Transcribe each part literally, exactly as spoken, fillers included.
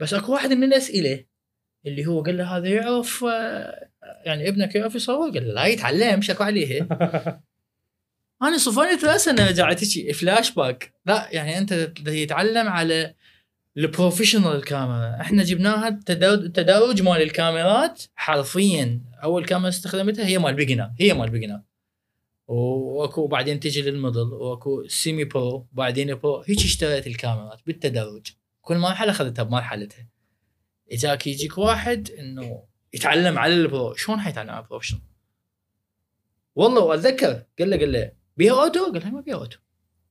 بس اكو واحد من الاسئله اللي هو قال له هذا يعرف يعني ابنك يعرف يصور؟ قال له لا يتعلم، شكوا عليه. انا صفاني ثلاث سنه رجعت شيء فلاش باك. لا يعني انت يتعلم على البروفيشنال كاميرا. احنا جبناها التدرج مال الكاميرات حرفيا. اول كاميرا استخدمتها هي مال بيجنر، هي مال بيجنر، واكو بعدين تجي للموديل، واكو سيمي برو، بعدين برو. هيك اشتريت الكاميرات بالتدرج، كل مرحله اخذتها بمرحلتها. اجاك يجيك واحد انه يتعلم على البرو، شلون حيتعلم على البروفيشنال؟ والله واتذكر قال له قال له بيها اوتو؟ قال له ما بيها اوتو.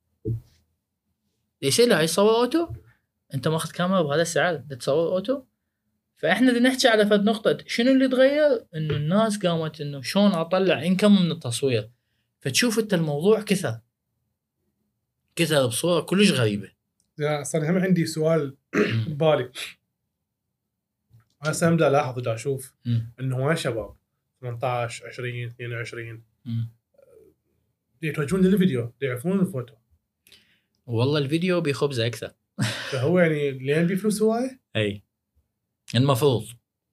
ليش لا يصور اوتو؟ انت ماخذ كاميرا بهذا السعر تصور اوتو؟ فاحنا بدنا نحكي على فد نقطه شنو اللي تغير، انه الناس قامت انه شلون اطلع انكم من التصوير. فتشوف انت الموضوع كثر كثر بصوره كلش غريبه. لا صار هم عندي سؤال ببالي. هسه ابدا الاحظ دا اشوف انه هواي شباب ثمانية عشر عشرين اثنين وعشرين يتوجهون للفيديو، يعرفون الفوتو. والله الفيديو بيخبز اكثر. فهو يعني لين بفلوس هواي؟ اي المفروض.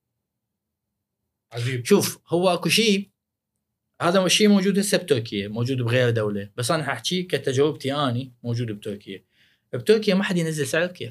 عجيب. شوف هو اكو شيء، هذا الشيء موجود هسه بتركيا، موجود بغير دوله، بس انا حاحكي كتجربتي اني موجود بتركيا. بتركيا ما حد ينزل سعر كيف.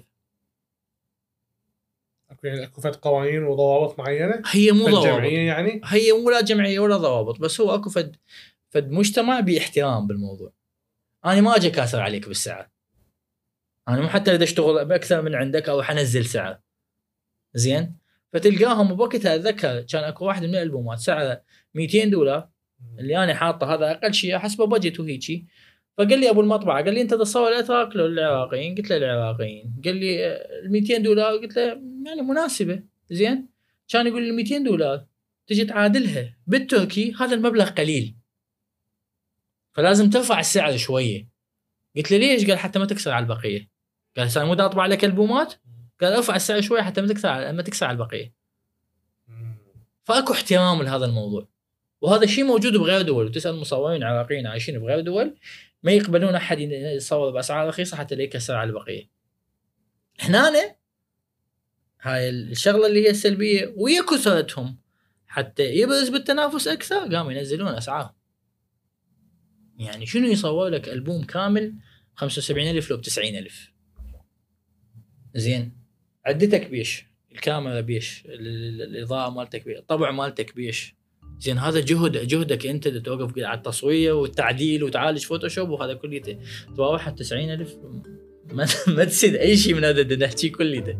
اكو يعني اكو فد قوانين وضوابط معينه. هي مو ضوابط يعني هي مو لا جمعيه ولا ضوابط، بس هو اكو فد فد مجتمع باحترام بالموضوع. انا ما اجي كاسر عليك بالسعر، انا مو حتى اذا اشتغل باكثر من عندك او حنزل سعر زين. فتلقاهم بوقتها اتذكر كان اكو واحد من الالبومات سعره مئتين دولار، اللي انا حاطه هذا اقل شيء حسب بادجت وهيجي. فقال لي ابو المطبعه، قال لي انت تصور الاتراك لو العراقيين؟ قلت له العراقيين. قال لي ال مئتين دولار، قلت له يعني مناسبه زين. كان يقول لي مئتين دولار تجي تعادلها بالتركي هذا المبلغ قليل، فلازم ترفع السعر شويه. قلت له ليش؟ قال حتى ما تكسر على البقيه. قال انا مو دا اطبع لك البومات؟ قال ارفع السعر شويه حتى ما تكسر ما تكسر على البقيه. فاكو احترام لهذا الموضوع، وهذا الشيء موجود بغير دول. وتسال مصورين عراقيين عايشين بغير دول ما يقبلون احد يصور باسعار رخيصه حتى لا يكسر على البقيه. هنا هاي الشغله اللي هي السلبيه، ويا كثرتهم حتى يبرز بالتنافس اكثر قاموا ينزلون اسعار. يعني شنو يصور لك البوم كامل خمسة وسبعين ألف لو بتسعين ألف زين؟ عدتك بيش، الكاميرا بيش، الاضاءه مالتك بيش، الطبع مالتك بيش زين. هذا جهد جهدك انت توقف على التصوير والتعديل وتعالج فوتوشوب وهذا كله تروح على تسعين ألف ما ما تسد اي شيء من هذا اللي نحكي كله.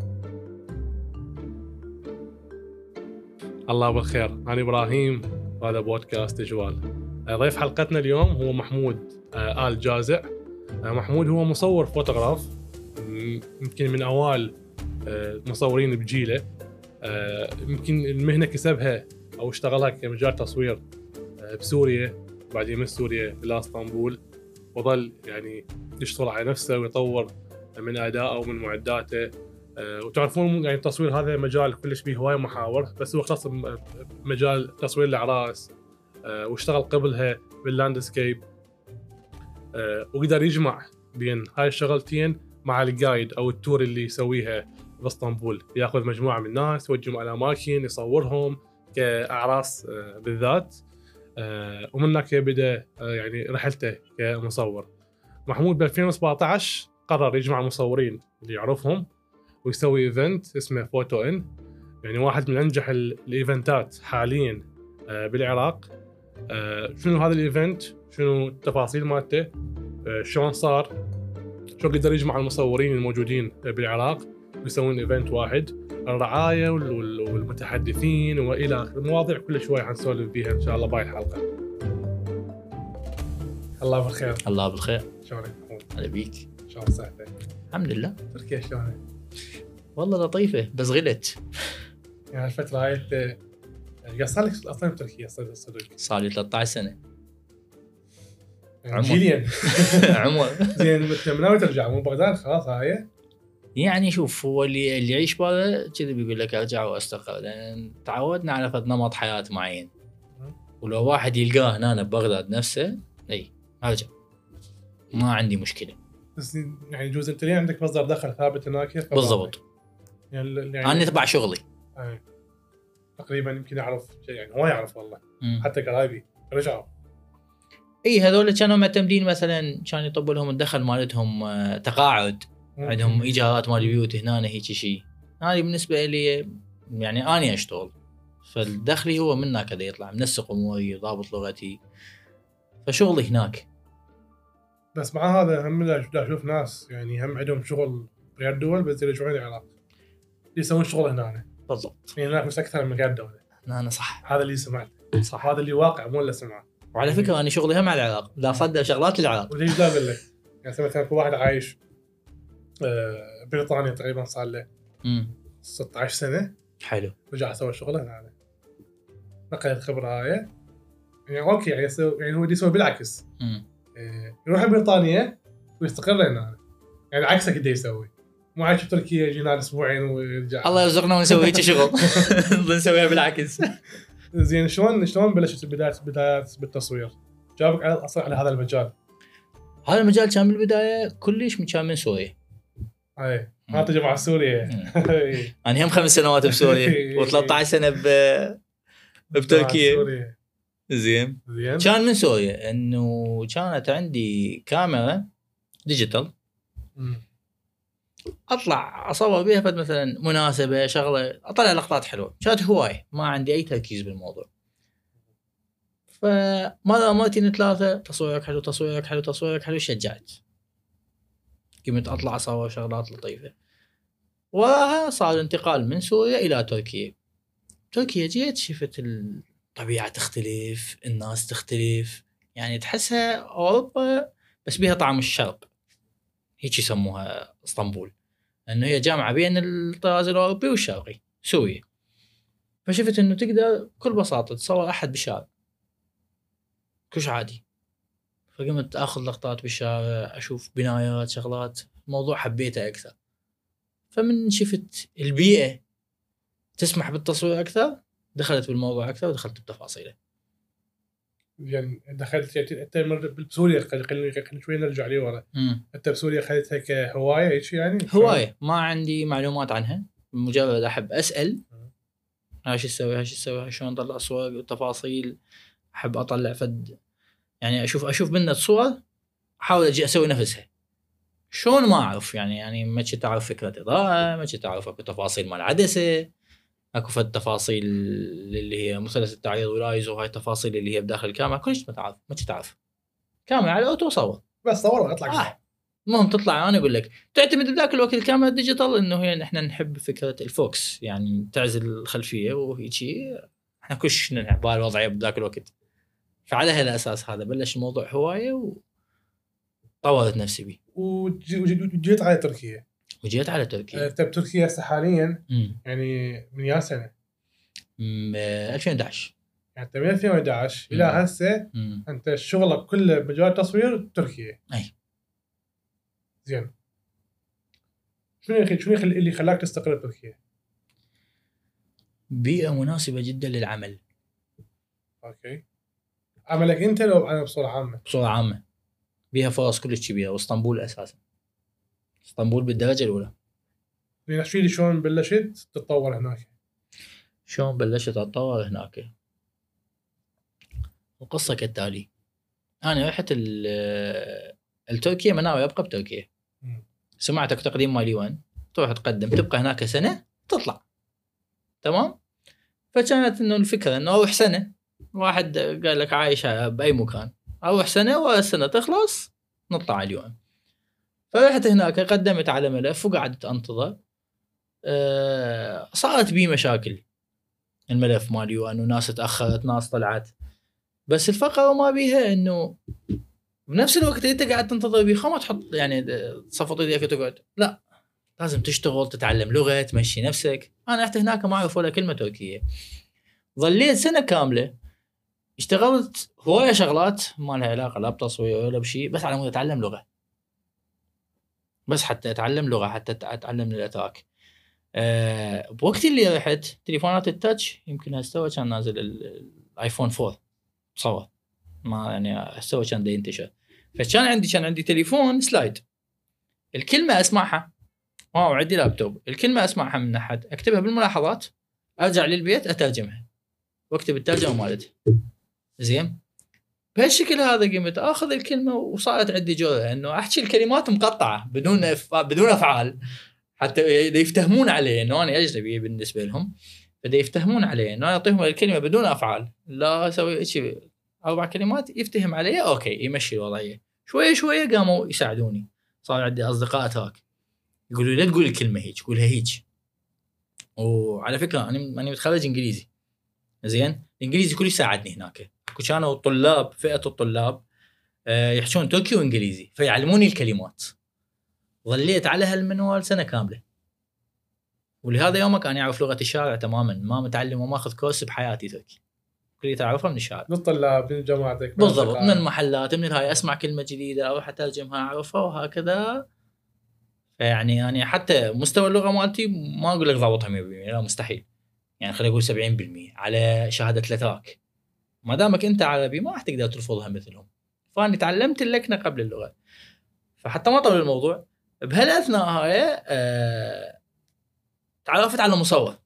الله بالخير. انا ابراهيم، هذا بودكاست جوال. ضيف حلقتنا اليوم هو محمود آل جازع. محمود هو مصور فوتوغراف، يمكن من اوائل مصورين بجيله. يمكن المهنه كسبها او اشتغلها كمجال تصوير بسوريا، وبعدين من سوريا الى اسطنبول، وظل يعني يشتغل على نفسه ويطور من ادائه ومن معداته. وتعرفون يعني التصوير هذا مجال كلش فيه هواي محاور، بس هو اختص بمجال تصوير الاعراس، واشتغل قبلها باللاندسكيب، وقدر يجمع بين هاي الشغلتين مع الجايد او التور اللي يسويها باسطنبول. ياخذ مجموعه من الناس يوجههم على اماكن يصورهم كاعراس بالذات، ومن هناك بدا يعني رحلته كمصور. محمود ب ألفين وسبعة عشر قرر يجمع المصورين اللي يعرفهم ويسوي ايفنت اسمه فوتو ان، يعني واحد من انجح الايفنتات حاليا بالعراق. شنو هذا الايفنت؟ شنو التفاصيل مالته؟ شلون صار؟ شو قدر يجمع المصورين الموجودين بالعراق ويسوون ايفنت واحد؟ الرعايه والمتحدثين والى اخره، مواضيع كل شوي حنسولف بيها ان شاء الله باي الحلقه. الله بالخير. الله بالخير. شلونك محمود؟ هلا بيك. شلون صحتك؟ الحمد لله. تركيا شلونك؟ والله لطيفه بس غلت يعني الفتره هاي انت قاعد صار لك اصلا بتركيا صدق؟ صار لي ثلاثة عشر سنه. عمر جيلين. عمر زين انت من ناوي ترجع مو بغداد خلاص هاي؟ يعني شوف هو اللي اللي يعيش برا كذا بيقول لك ارجع واستقر، لان تعودنا على فد نمط حياه معين. ولو واحد يلقاه هنا ببغداد نفسه اي ارجع ما عندي مشكله. بس يعني جوز انت ليه عندك مصدر دخل ثابت هناك؟ بالضبط يعني, يعني انا تبع شغلي أي. تقريبا يمكن اعرف شيء يعني هو يعرف والله مم. حتى قرايبي رجعوا. اي هذول كانوا معتمدين مثلا كان يطب لهم الدخل مالتهم آه، تقاعد، عندهم ايجارات مال بيوت هنا هيك شيء. هذه بالنسبه لي يعني اني اشتغل، فالدخلي هو من هناك يطلع، منسق اموري ضابط لغتي، فشغلي هناك. بس مع هذا هم لا اشوف ناس يعني هم عندهم شغل غير دول بس يرجعون العراق يسوون شغل هنا. بالضبط، يعني هناك مش اكثر من غير دوله. انا صح، هذا اللي سمعت صح، هذا اللي واقع مو اللي سمعه. وعلى فكره انا شغلي هم مع العراق، لا صدق شغلات العراق. وليش لا اقول لك يعني مثلا في واحد عايش آه بريطانيا تقريبا صار له ستة عشر سنه، حلو، رجع سوى شغله هنا، نقل الخبره هاي يعني اوكي يعني يسوي يعني هو يسوي بالعكس آه يروح بريطانيا ويستقر هنا، يعني عكسه كده يسوي، مو عايش بتركيا يجينا اسبوعين ويرجع. الله يرزقنا ونسوي هيك شغل بنسويها بالعكس. زين شلون شلون بلشت بدايه بدايه بالتصوير؟ جابك على اصلا على هذا المجال؟ هذا المجال كان بالبدايه كلش كان من سوريا. اي ما تجي مع سوريا. انا هم خمس سنوات بسوريا و13 سنه ب بتركيا. زين زين كان من سوريا انه كانت عندي كاميرا ديجيتال اطلع اصور بها فد مثلا مناسبه شغله اطلع لقطات حلوه، كانت هوايه ما عندي اي تركيز بالموضوع. فمره مرتين ثلاثه تصويرك حلو تصويرك حلو تصويرك حلو شجعت، قمت اطلع اصور شغلات لطيفه. وراها صار انتقال من سوريا الى تركيا. تركيا جيت شفت الطبيعه تختلف، الناس تختلف، يعني تحسها اوروبا بس بيها طعم الشرق، هيك يسموها اسطنبول، انه هي جامعه بين الطراز الاوروبي والشرقي سوريا. فشفت انه تقدر بكل بساطه تصور احد بالشارع كلش عادي. فقمت اخذ لقطات بالشارع، اشوف بنايات شغلات، الموضوع حبيته اكثر. فمن شفت البيئه تسمح بالتصوير اكثر دخلت بالموضوع اكثر ودخلت بتفاصيله. يعني دخلت انت بسوريا خلينا خلينا شوي نرجع لي ورا. انت بسوريا خذيتها كهوايه هيك يعني؟ هوايه ما عندي معلومات عنها، مجرد احب اسال هاي شو تسوي هاي شو تسوي شلون نطلع صور وتفاصيل، احب اطلع فد يعني اشوف اشوف منها صور احاول اجي اسوي نفسها. شلون ما اعرف يعني يعني ما كنت اعرف فكره اضاءه، ما كنت اعرف اكو تفاصيل مال عدسه، اكو فد تفاصيل اللي هي مثلث التعريض والايزو، هاي التفاصيل اللي هي بداخل الكاميرا كلش ما تعرف ما كنت اعرف. كاميرا على اوتو صور بس صور واطلع. آه. المهم تطلع انا اقول لك تعتمد بذاك الوقت الكاميرا الديجيتال انه هي نحن نحب فكره الفوكس، يعني تعزل الخلفيه وهيك شيء، احنا كلش نلعب بهالوضعيه بذاك الوقت. فعلى هالاساس هذا بلش الموضوع هوايه وطورت نفسي بيه. وجيت على تركيا وجيت على تركيا. انت بتركيا هسه حاليا يعني من يا سنه؟ ألفين وإحدى عشر. يعني من ألفين وإحدى عشر الى هسه انت شغلك كله مجال تصوير تركيا. اي زين شنو يخلي شنو يخلي اللي خلاك تستقر بتركيا؟ بيئه مناسبه جدا للعمل. اوكي عملك انت لو انا بصوره عامه؟ بصوره عامه بيها فرص كلش كبيره، واسطنبول اساسا اسطنبول بالدرجه الاولى. يعني احكي لي شلون بلشت تتطور هناك؟ شلون بلشت اتطور هناك؟ القصه كالتالي، انا رحت التركيا مناوي ابقى بتركيا. سمعتك تقديم مالي وين تروح تقدم تبقى هناك سنه تطلع تمام. فكانت انه الفكره انه اروح سنه، واحد قال لك عايش باي مكان، اروح سنه والسنه تخلص نطلع اليوم. فرحت هناك قدمت على ملف وقعدت انتظر. أه صارت بي مشاكل الملف مالي وانه ناس تاخرت ناس طلعت، بس الفقره ما بيها انه بنفس الوقت انت قاعد تنتظر بيه خو ما تحط يعني تصفط ايديك وتقعد، لا لازم تشتغل تتعلم لغه تمشي نفسك. انا رحت هناك ما اعرف ولا كلمه تركيه، ظليت سنه كامله اشتغلت هوايه شغلات ما لها علاقه لا بتصوير ولا بشيء، بس على مود اتعلم لغه، بس حتى اتعلم لغه حتى اتعلم الاتراك. أه بوقت اللي رحت تليفونات التاتش يمكن هالسوا كان نازل الايفون فور صور ما يعني هالسوا كان دا ينتشر، فكان عندي كان عندي تليفون سلايد الكلمه اسمعها اه وعندي لابتوب، الكلمه اسمعها من احد اكتبها بالملاحظات، ارجع للبيت اترجمها واكتب الترجمه مالتها. زين بهالشكل هذا قمت اخذ الكلمه وصارت عندي جرأة انه احكي الكلمات مقطعه بدون أف... بدون افعال، حتى يفتهمون عليه انه انا اجنبي بالنسبه لهم، فدا يفتهمون عليه انه انا اعطيهم الكلمه بدون افعال، لا اسوي شيء اربع كلمات يفتهم عليه اوكي يمشي الوضعيه. شويه شويه قاموا يساعدوني، صار عندي اصدقاء تراك يقولوا لا تقول الكلمه هيك، قولها هيك. وعلى فكره انا انا متخرج انجليزي، زين الانجليزي كله يساعدني هناك، كانوا الطلاب فئه الطلاب يحشون تركي وانجليزي فيعلموني الكلمات. ظليت على هالمنوال سنه كامله، ولهذا يومك انا اعرف لغه الشارع تماما، ما متعلم وما اخذ كورس بحياتي تركي، كلي تعرفها من الشارع، من الطلاب من جامعتك بالضبط، من المحلات من الهاي اسمع كلمه جديده اروح اترجمها اعرفها وهكذا. يعني انا حتى مستوى اللغه مالتي ما اقول لك ضابطها مية بالمية، لا مستحيل، يعني خلينا نقول سبعين بالمية على شهاده الاتراك. ما دامك انت عربي ما راح تقدر تلفظها مثلهم، فاني تعلمت اللكنه قبل اللغه. فحتى ما طول الموضوع بهالاثناء هاي أه... تعرفت على مصور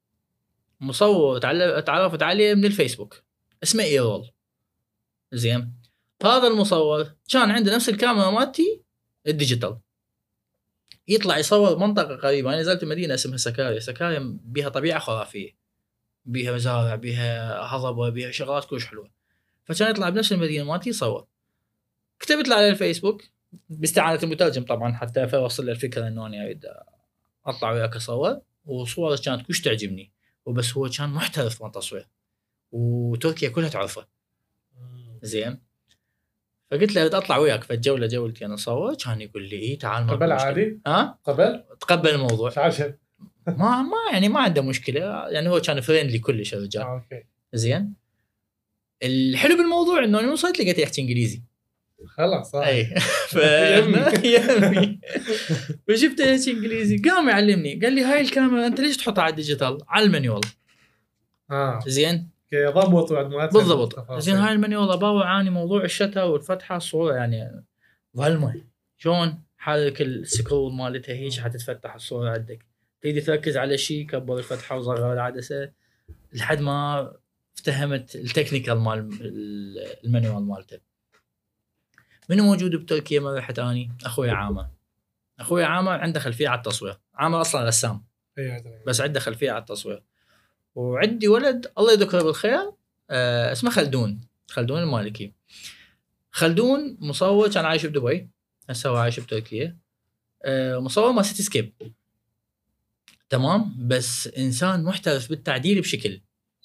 مصور تعرفت عليه من الفيسبوك اسمه ايرول. زين هذا المصور كان عنده نفس الكاميرا مالتي الديجيتال، يطلع يصور منطقه قريبه. انا نزلت مدينه اسمها سكاريا، سكاريا بيها طبيعه خرافيه، بيها مزارع، بيها هضبه، بيها شغلات كلش حلوه، فكان يطلع بنفس المدينه مالتي يصور. كتبت له على الفيسبوك باستعانه المترجم طبعا حتى اوصل له الفكره انه انا اريد اطلع وياك اصور، وصوره كانت كلش تعجبني، وبس هو كان محترف بالتصوير وتركيا كلها تعرفه. زين فقلت له بدي اطلع وياك فالجوله جولتي انا اصور، كان يقول لي إيه تعال ما قبل عادي ها قبل تقبل الموضوع عشان ما ما يعني ما عنده مشكله، يعني هو كان فريندلي كلش الرجال. آه، اوكي زين الحلو بالموضوع انه انا وصلت لقيت يحكي انجليزي خلاص صح اي ف يمي وشفته يحكي انجليزي قام يعلمني، قال لي هاي الكاميرا انت ليش تحطها على الديجيتال على المانيول. اه زين اوكي ضبط بعد ما بالضبط. زين هاي المانيول اباوع عاني موضوع الشتاء والفتحه الصوره يعني ظلمه، شلون حرك السكرول مالتها هيك حتتفتح الصوره عندك، تيجي تركز على شيء كبر الفتحه وصغر العدسه لحد ما افتهمت التكنيكال مال المانيوال مالته. منو موجود بتركيا ما رحت اني؟ اخوي عامر. اخوي عامر عنده خلفيه على التصوير، عامر اصلا رسام بس عنده خلفيه على التصوير. وعندي ولد الله يذكره بالخير آه اسمه خلدون، خلدون المالكي. خلدون مصور كان عايش بدبي، هسه هو عايش بتركيا، آه مصور ما سيتي سكيب تمام، بس انسان محترف بالتعديل بشكل.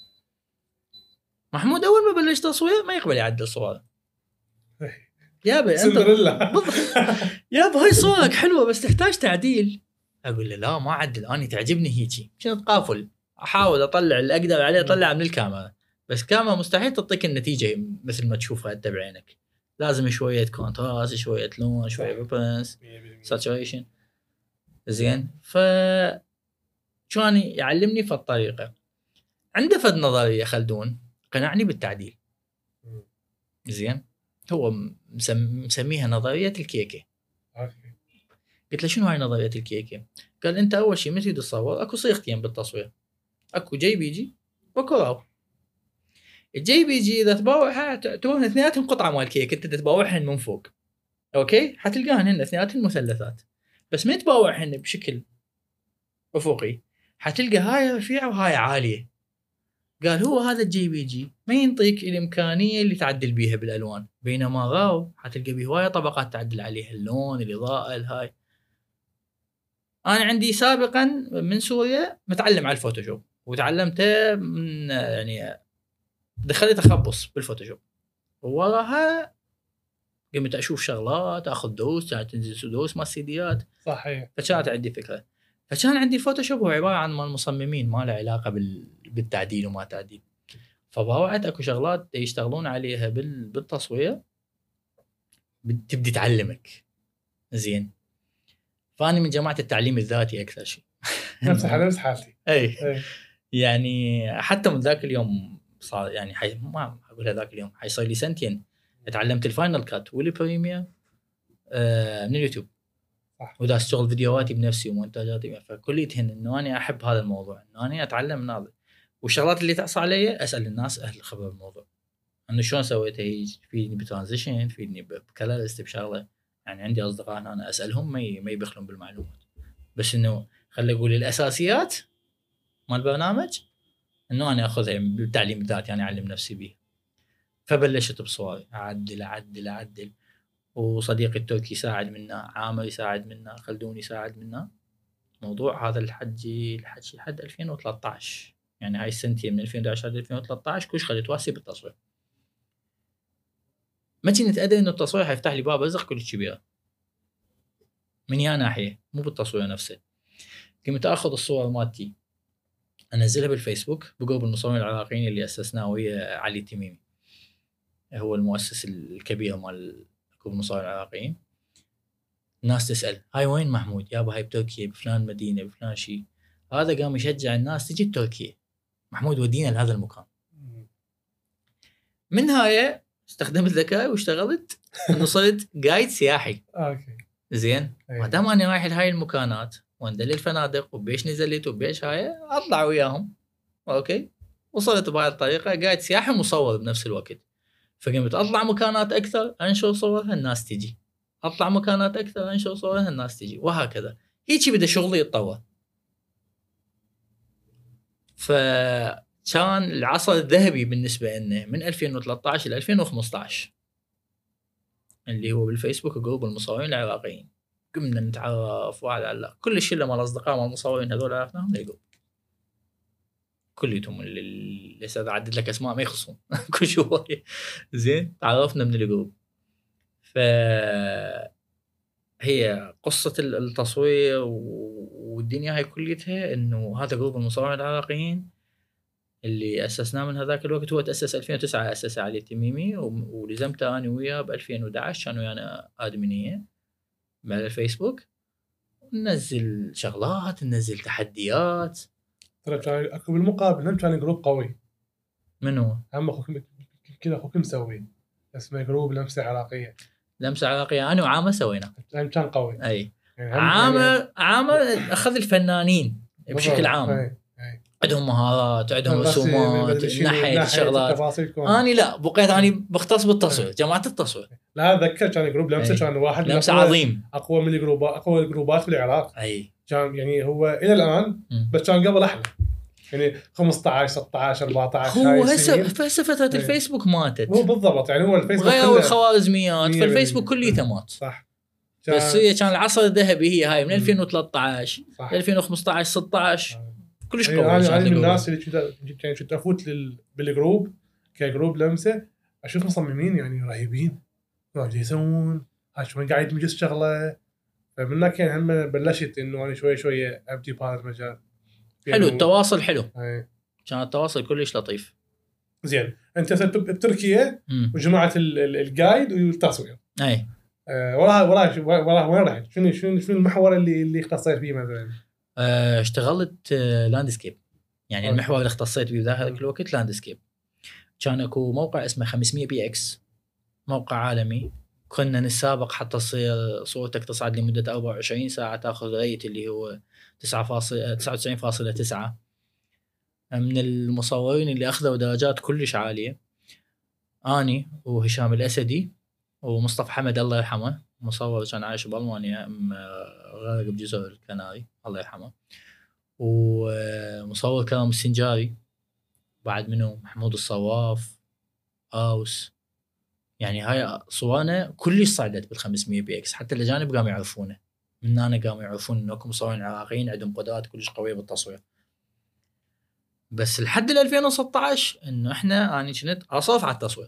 محمود اول ما بلش تصوير ما يقبل يعدل صوره، يابا انت يابا هاي صورك حلوه بس تحتاج تعديل. اقول له لا ما عدل، اني تعجبني هيجي. كنت قافل احاول اطلع اللي اقدر عليه اطلع من الكاميرا، بس كاميرا مستحيل تعطيك النتيجه مثل ما تشوفها انت بعينك، لازم شويه كونتراست، شويه لون، شويه فيبرنس، ساتوريشن. زين ف كان يعلمني في الطريقه. عنده فد نظريه خلدون قنعني بالتعديل. زين هو مسميها نظريه الكيكه. قلت له شنو هاي نظريه الكيكه؟ قال انت اول شيء متى تصور اكو صيغتين بالتصوير، اكو جي بي جي واكو راو. الجي بي جي اذا تباوعها تعتبرهم اثنيناتهم قطعه مال كيك، انت تتباوعهن من فوق اوكي حتلقاهن هن اثنيناتهم مثلثات، بس ما تباوعهن بشكل افقي حتلقى هاي رفيعه وهاي عاليه. قال هو هذا الجي بي جي ما ينطيك الامكانيه اللي تعدل بيها بالالوان، بينما راو حتلقى بيه هوايه طبقات تعدل عليها اللون الاضاءه الهاي. انا عندي سابقا من سوريا متعلم على الفوتوشوب وتعلمته من يعني دخلت اخبص بالفوتوشوب، ووراها قمت اشوف شغلات اخذ دروس، كانت تنزل دروس مال سيديات صحيح، فكانت عندي فكره. فكان عندي الفوتوشوب هو عباره عن مال المصممين ما له علاقه بال... بالتعديل وما تعديل. فباوعت اكو شغلات يشتغلون عليها بال... بالتصوير تبدي تعلمك. زين فاني من جماعه التعليم الذاتي اكثر شيء نفس نفس حالتي اي يعني حتى من ذاك اليوم صار يعني حي... ما اقول هذاك اليوم حيصير لي سنتين تعلمت الفاينل كات والبريمير آه من اليوتيوب. ودا اشتغل فيديوهاتي بنفسي ومونتاجاتي، فكليتهن انه انا احب هذا الموضوع، انه انا اتعلم من هذا، والشغلات اللي تعصى علي اسال الناس اهل الخبره بالموضوع انه شلون سويتها هي، فيني بترانزيشن، فيني بكلالست بشغله. يعني عندي اصدقاء انا اسالهم ما ما يبخلون بالمعلومات، بس انه خلي اقول الاساسيات مال البرنامج انه انا اخذها بالتعليم الذاتي، انا اعلم نفسي به. فبلشت بصوري اعدل اعدل اعدل، وصديقي التركي يساعد منا، عامر يساعد منا، خلدون يساعد منا. موضوع هذا الحجي الحجي لحد ألفين وثلاثة عشر، يعني هاي السنتين من ألفين وإحدى عشر ل ألفين وثلاثة عشر كلش خليت واسي بالتصوير. ما كنت ادري انه التصوير حيفتح لي باب رزق كلش كبير من يا ناحيه، مو بالتصوير نفسه. كنت اخذ الصور مالتي انزلها بالفيسبوك بجروب المصورين العراقيين اللي اسسناه ويا علي التميمي، هو المؤسس الكبير مال جروب المصورين العراقيين. الناس تسال هاي وين محمود؟ يابا هاي بتركيا بفلان مدينه بفلان شيء. هذا قام يشجع الناس تجي تركيا، محمود ودينا لهذا المكان. من هاي استخدمت ذكاء واشتغلت انه صرت قايد سياحي. اوكي زين، ما دام انا رايح لهاي المكانات واندل الفنادق وبيش نزلت وبيش هاي اطلع وياهم. اوكي، وصلت بهاي الطريقه قايد سياحي ومصور بنفس الوقت. فقمت اطلع مكانات اكثر انشر صورها الناس تجي، اطلع مكانات اكثر انشر صورها الناس تجي، وهكذا. هيك بدا شغلي يتطور. فكان العصر الذهبي بالنسبه لنا من ألفين وثلاثة عشر ل ألفين وخمسة عشر اللي هو بالفيسبوك جروب المصورين العراقيين. قمنا نتعرف واحد على كل الشله مال الاصدقاء مال المصورين هذول عرفناهم للجروب كليتهم، اللي لسه اعدد لك اسماء ما يخصون كل شويه. زين، تعرفنا من الجروب. ف هي قصه التصوير والدنيا هاي كليتها انه هذا جروب المصورين العراقيين اللي اسسناه من هذاك الوقت. هو تاسس ألفين وتسعة، اسس علي التميمي، ولزمته انا وياه ب ألفين وأحد عشر، كان ويانا ادمنيه على الفيسبوك، ننزل شغلات ننزل تحديات. ترى كان اكو بالمقابل هم كان جروب قوي. من هو؟ هم اخوكم كذا اخوكم مسوي اسمه جروب لمسه عراقيه. لمسه عراقيه انا وعامر سوينا. هم كان قوي. اي يعني عامر يعني عامر اخذ الفنانين بشكل عام. أي. أي. عندهم مهارات، عندهم رسومات، ناحيه الشغلات. انا لا بقيت اني بختص بالتصوير، جماعه التصوير. لا اتذكر كان جروب لمسه كان واحد لمسه عظيم، اقوى من الجروبات، اقوى الجروبات في العراق. اي كان يعني هو الى الان م. بس كان قبل احلى، يعني خمسة عشر ستة عشر أربعة عشر. هو هسه هسه فتره الفيسبوك ماتت. مو بالضبط، يعني هو الفيسبوك غيروا الخوارزميات، فالفيسبوك كليته مات. صح. بس هي كان العصر الذهبي هي هاي من ألفين وثلاثة عشر ل ألفين وخمسة عشر ستة عشر كلش قوي. يعني انا من الناس اللي كنت يعني كنت افوت بالجروب كجروب لمسه، اشوف مصممين يعني رهيبين قاعد يسوون هاي شلون قاعد يمجز شغله. فمن هناك يعني هم بلشت انه انا شوي شوي ابدي بهذا المجال. حلو التواصل، حلو هاي. كان التواصل كلش لطيف. زين، انت صرت بتركيا وجماعه الجايد والتصوير. اي أه وراها وراها وراها وين رحت؟ شنو شنو شنو المحور اللي اللي اختصيت فيه مثلا؟ أه اشتغلت أه لاندسكيب، يعني أوكي. المحور اللي اختصيت فيه ذاك الوقت لاندسكيب. كان اكو موقع اسمه خمسمية بي اكس، موقع عالمي. كنا نسابق حتى تصير صورتك تصعد لمده أربعة وعشرين ساعه، تاخذ ريت اللي هو تسعة وتسعين فاصلة تسعة. من المصورين اللي اخذوا درجات كلش عاليه اني وهشام الاسدي ومصطفى حمد الله يرحمه، مصور كان عايش بألمانيا غرق بجزر الكناري الله يرحمه، ومصور كرم السنجاري، بعد منه محمود الصواف، اوس. يعني هاي صورنا كلش صعدت بالخمسمية بي اكس، حتى الاجانب قاموا يعرفونه. من هنا قاموا يعرفون انكم مصورين عراقيين عندهم قدرات كلش قويه بالتصوير. بس لحد ألفين وستة عشر انه احنا اني كنت اصرف على التصوير،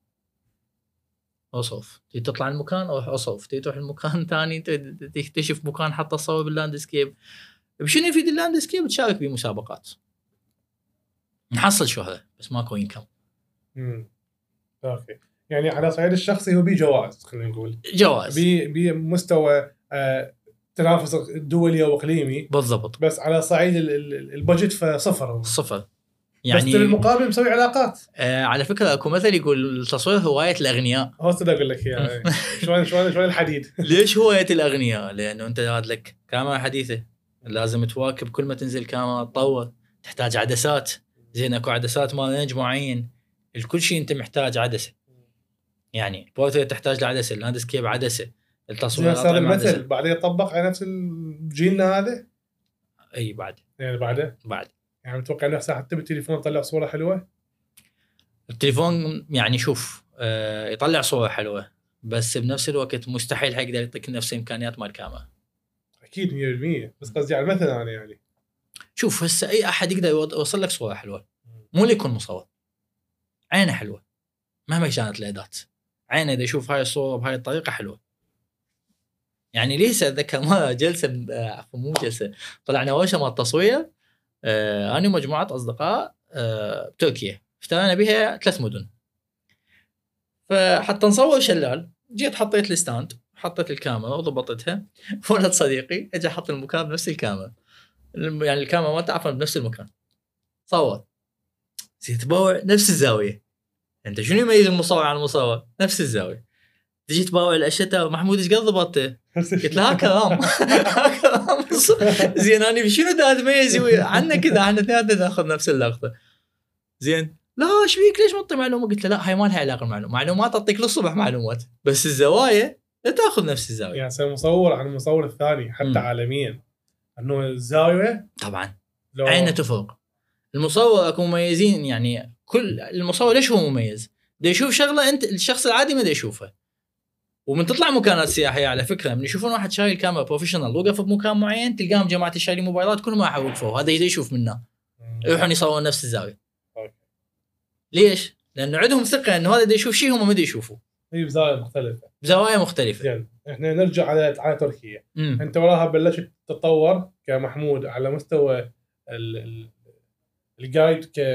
أصوف تي تطلع المكان أروح أصوف، تي تروح المكان ثاني تكتشف مكان حتى تصور باللاندسكيب. بشنو يفيد اللاندسكيب؟ تشارك بمسابقات، نحصل شهرة بس ماكو إنكم. امم اوكي، يعني على صعيد الشخصي هو بي جوائز، خلينا نقول جوائز بي بمستوى آه تنافس دولي او اقليمي بالضبط. بس على صعيد البادجت فصفر. صفر يعني بس بالمقابل مسوي علاقات. آه على فكره اكو مثل يقول التصوير هوايه الاغنياء. هو صدق اقول لك يعني شوي شوي شوي الحديد. ليش هوايه الاغنياء؟ لانه انت هاد لك كاميرا حديثه لازم تواكب، كل ما تنزل كاميرا تطور، تحتاج عدسات. زين اكو عدسات مال رينج معين، الكل شيء انت محتاج عدسه. يعني بورتريت تحتاج لعدسه، اللاندسكيب عدسه، التصوير هذا المثل بعدين يطبق على نفس الجيلنا هذا. اي بعد يعني بعده بعد يعني متوقع انه حتى بالتليفون طلع صوره حلوه. التليفون يعني شوف آه يطلع صوره حلوه، بس بنفس الوقت مستحيل حيقدر يعطيك نفس امكانيات مال الكاميرا. اكيد مية بالمية، بس قصدي على المثل انا يعني شوف هسه اي احد يقدر يوصل لك صوره حلوه، مو اللي يكون مصور عينه حلوه مهما كانت الاداه، عينه اذا يشوف هاي الصوره بهاي الطريقه حلوه. يعني ليس اتذكر ما جلسه عفوا مو جلسه طلعنا ورشه مال التصوير آه انا ومجموعه اصدقاء آه بتركيا، اشتغلنا بها ثلاث مدن. فحتى نصور شلال جيت حطيت الستاند، حطيت الكاميرا وضبطتها، ولد صديقي اجى حط المكان بنفس الكاميرا، يعني الكاميرا ما تعرف بنفس المكان، صور زيت باوع نفس الزاويه. انت شنو يميز المصور عن المصور؟ نفس الزاويه. تجي تباوع الاشياء محمود ايش قد ضبطته؟ قلت له هكذا زين انا شنو دا تميز عنا كذا احنا اثنين ناخذ نفس اللقطه. زين لا ايش فيك ليش ما تعطي معلومه؟ قلت له لا هاي ما لها علاقه بالمعلومات، معلومات تعطيك للصبح معلومات، بس الزوايا لا تاخذ نفس الزاويه. يعني صار مصور عن المصور الثاني حتى م. عالميا انه الزاويه طبعا عينه تفرق. المصور اكو مميزين، يعني كل المصور ليش هو مميز؟ دا يشوف شغله انت الشخص العادي ما دا يشوفها. ومن تطلع مكانات سياحيه على فكره من يشوفون واحد شايل كاميرا بروفيشنال وقف بمكان معين تلقاهم جماعه الشايلين موبايلات كلهم ما يوقفوا، هذا يجي يشوف منه يروحون يصورون نفس الزاويه. ليش؟ لانه عندهم ثقه انه هذا دا يشوف شيء هم ما دا يشوفوا. هي بزاويه مختلفه بزوايا مختلفه. يعني احنا نرجع على على تركيا. مم. انت وراها بلشت تتطور كمحمود على مستوى ال ال الجايد ك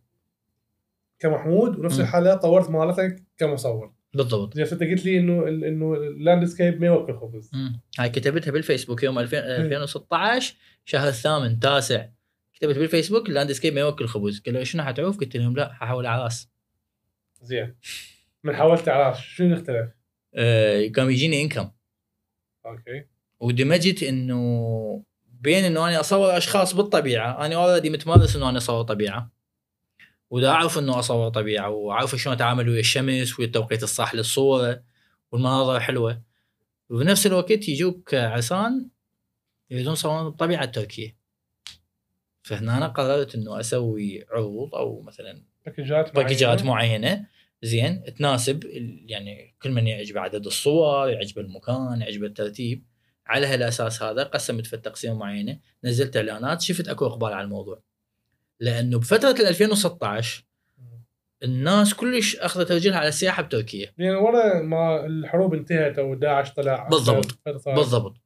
كمحمود، ونفس الحاله طورت مهارتك كمصور. بالضبط. زي انت قلت لي انه انه اللاندسكيب ما يوكل خبز. امم هاي كتبتها بالفيسبوك يوم ألفين وستة عشر شهر الثامن تاسع، كتبت بالفيسبوك اللاندسكيب ما يوكل خبز. قالوا شنو حتعوف؟ قلت لهم لا ححول عراس. زين من حاولت عراس شنو اختلف؟ آه قام يجيني انكم. اوكي. ودمجت انه بين انه انا اصور اشخاص بالطبيعه، انا اوريدي متمرس انه انا اصور طبيعه، ودا اعرف انه اصور طبيعه، واعرف شلون اتعامل ويا الشمس والتوقيت الصح للصوره والمناظر حلوه. وبنفس الوقت يجوك عرسان يريدون يصورون الطبيعه التركيه، فهنا أنا قررت انه اسوي عروض او مثلا باكجات باكجات معينه زين تناسب يعني كل من يعجب عدد الصور، يعجب المكان، يعجب الترتيب. على هالاساس هذا قسمت في التقسيم معينه، نزلت اعلانات، شفت اكو اقبال على الموضوع. لانه بفتره ألفين وستة عشر الناس كلش اخذت رجلها على السياحه بتركيا، يعني ورا ما الحروب انتهت او داعش طلع. بالضبط بالضبط.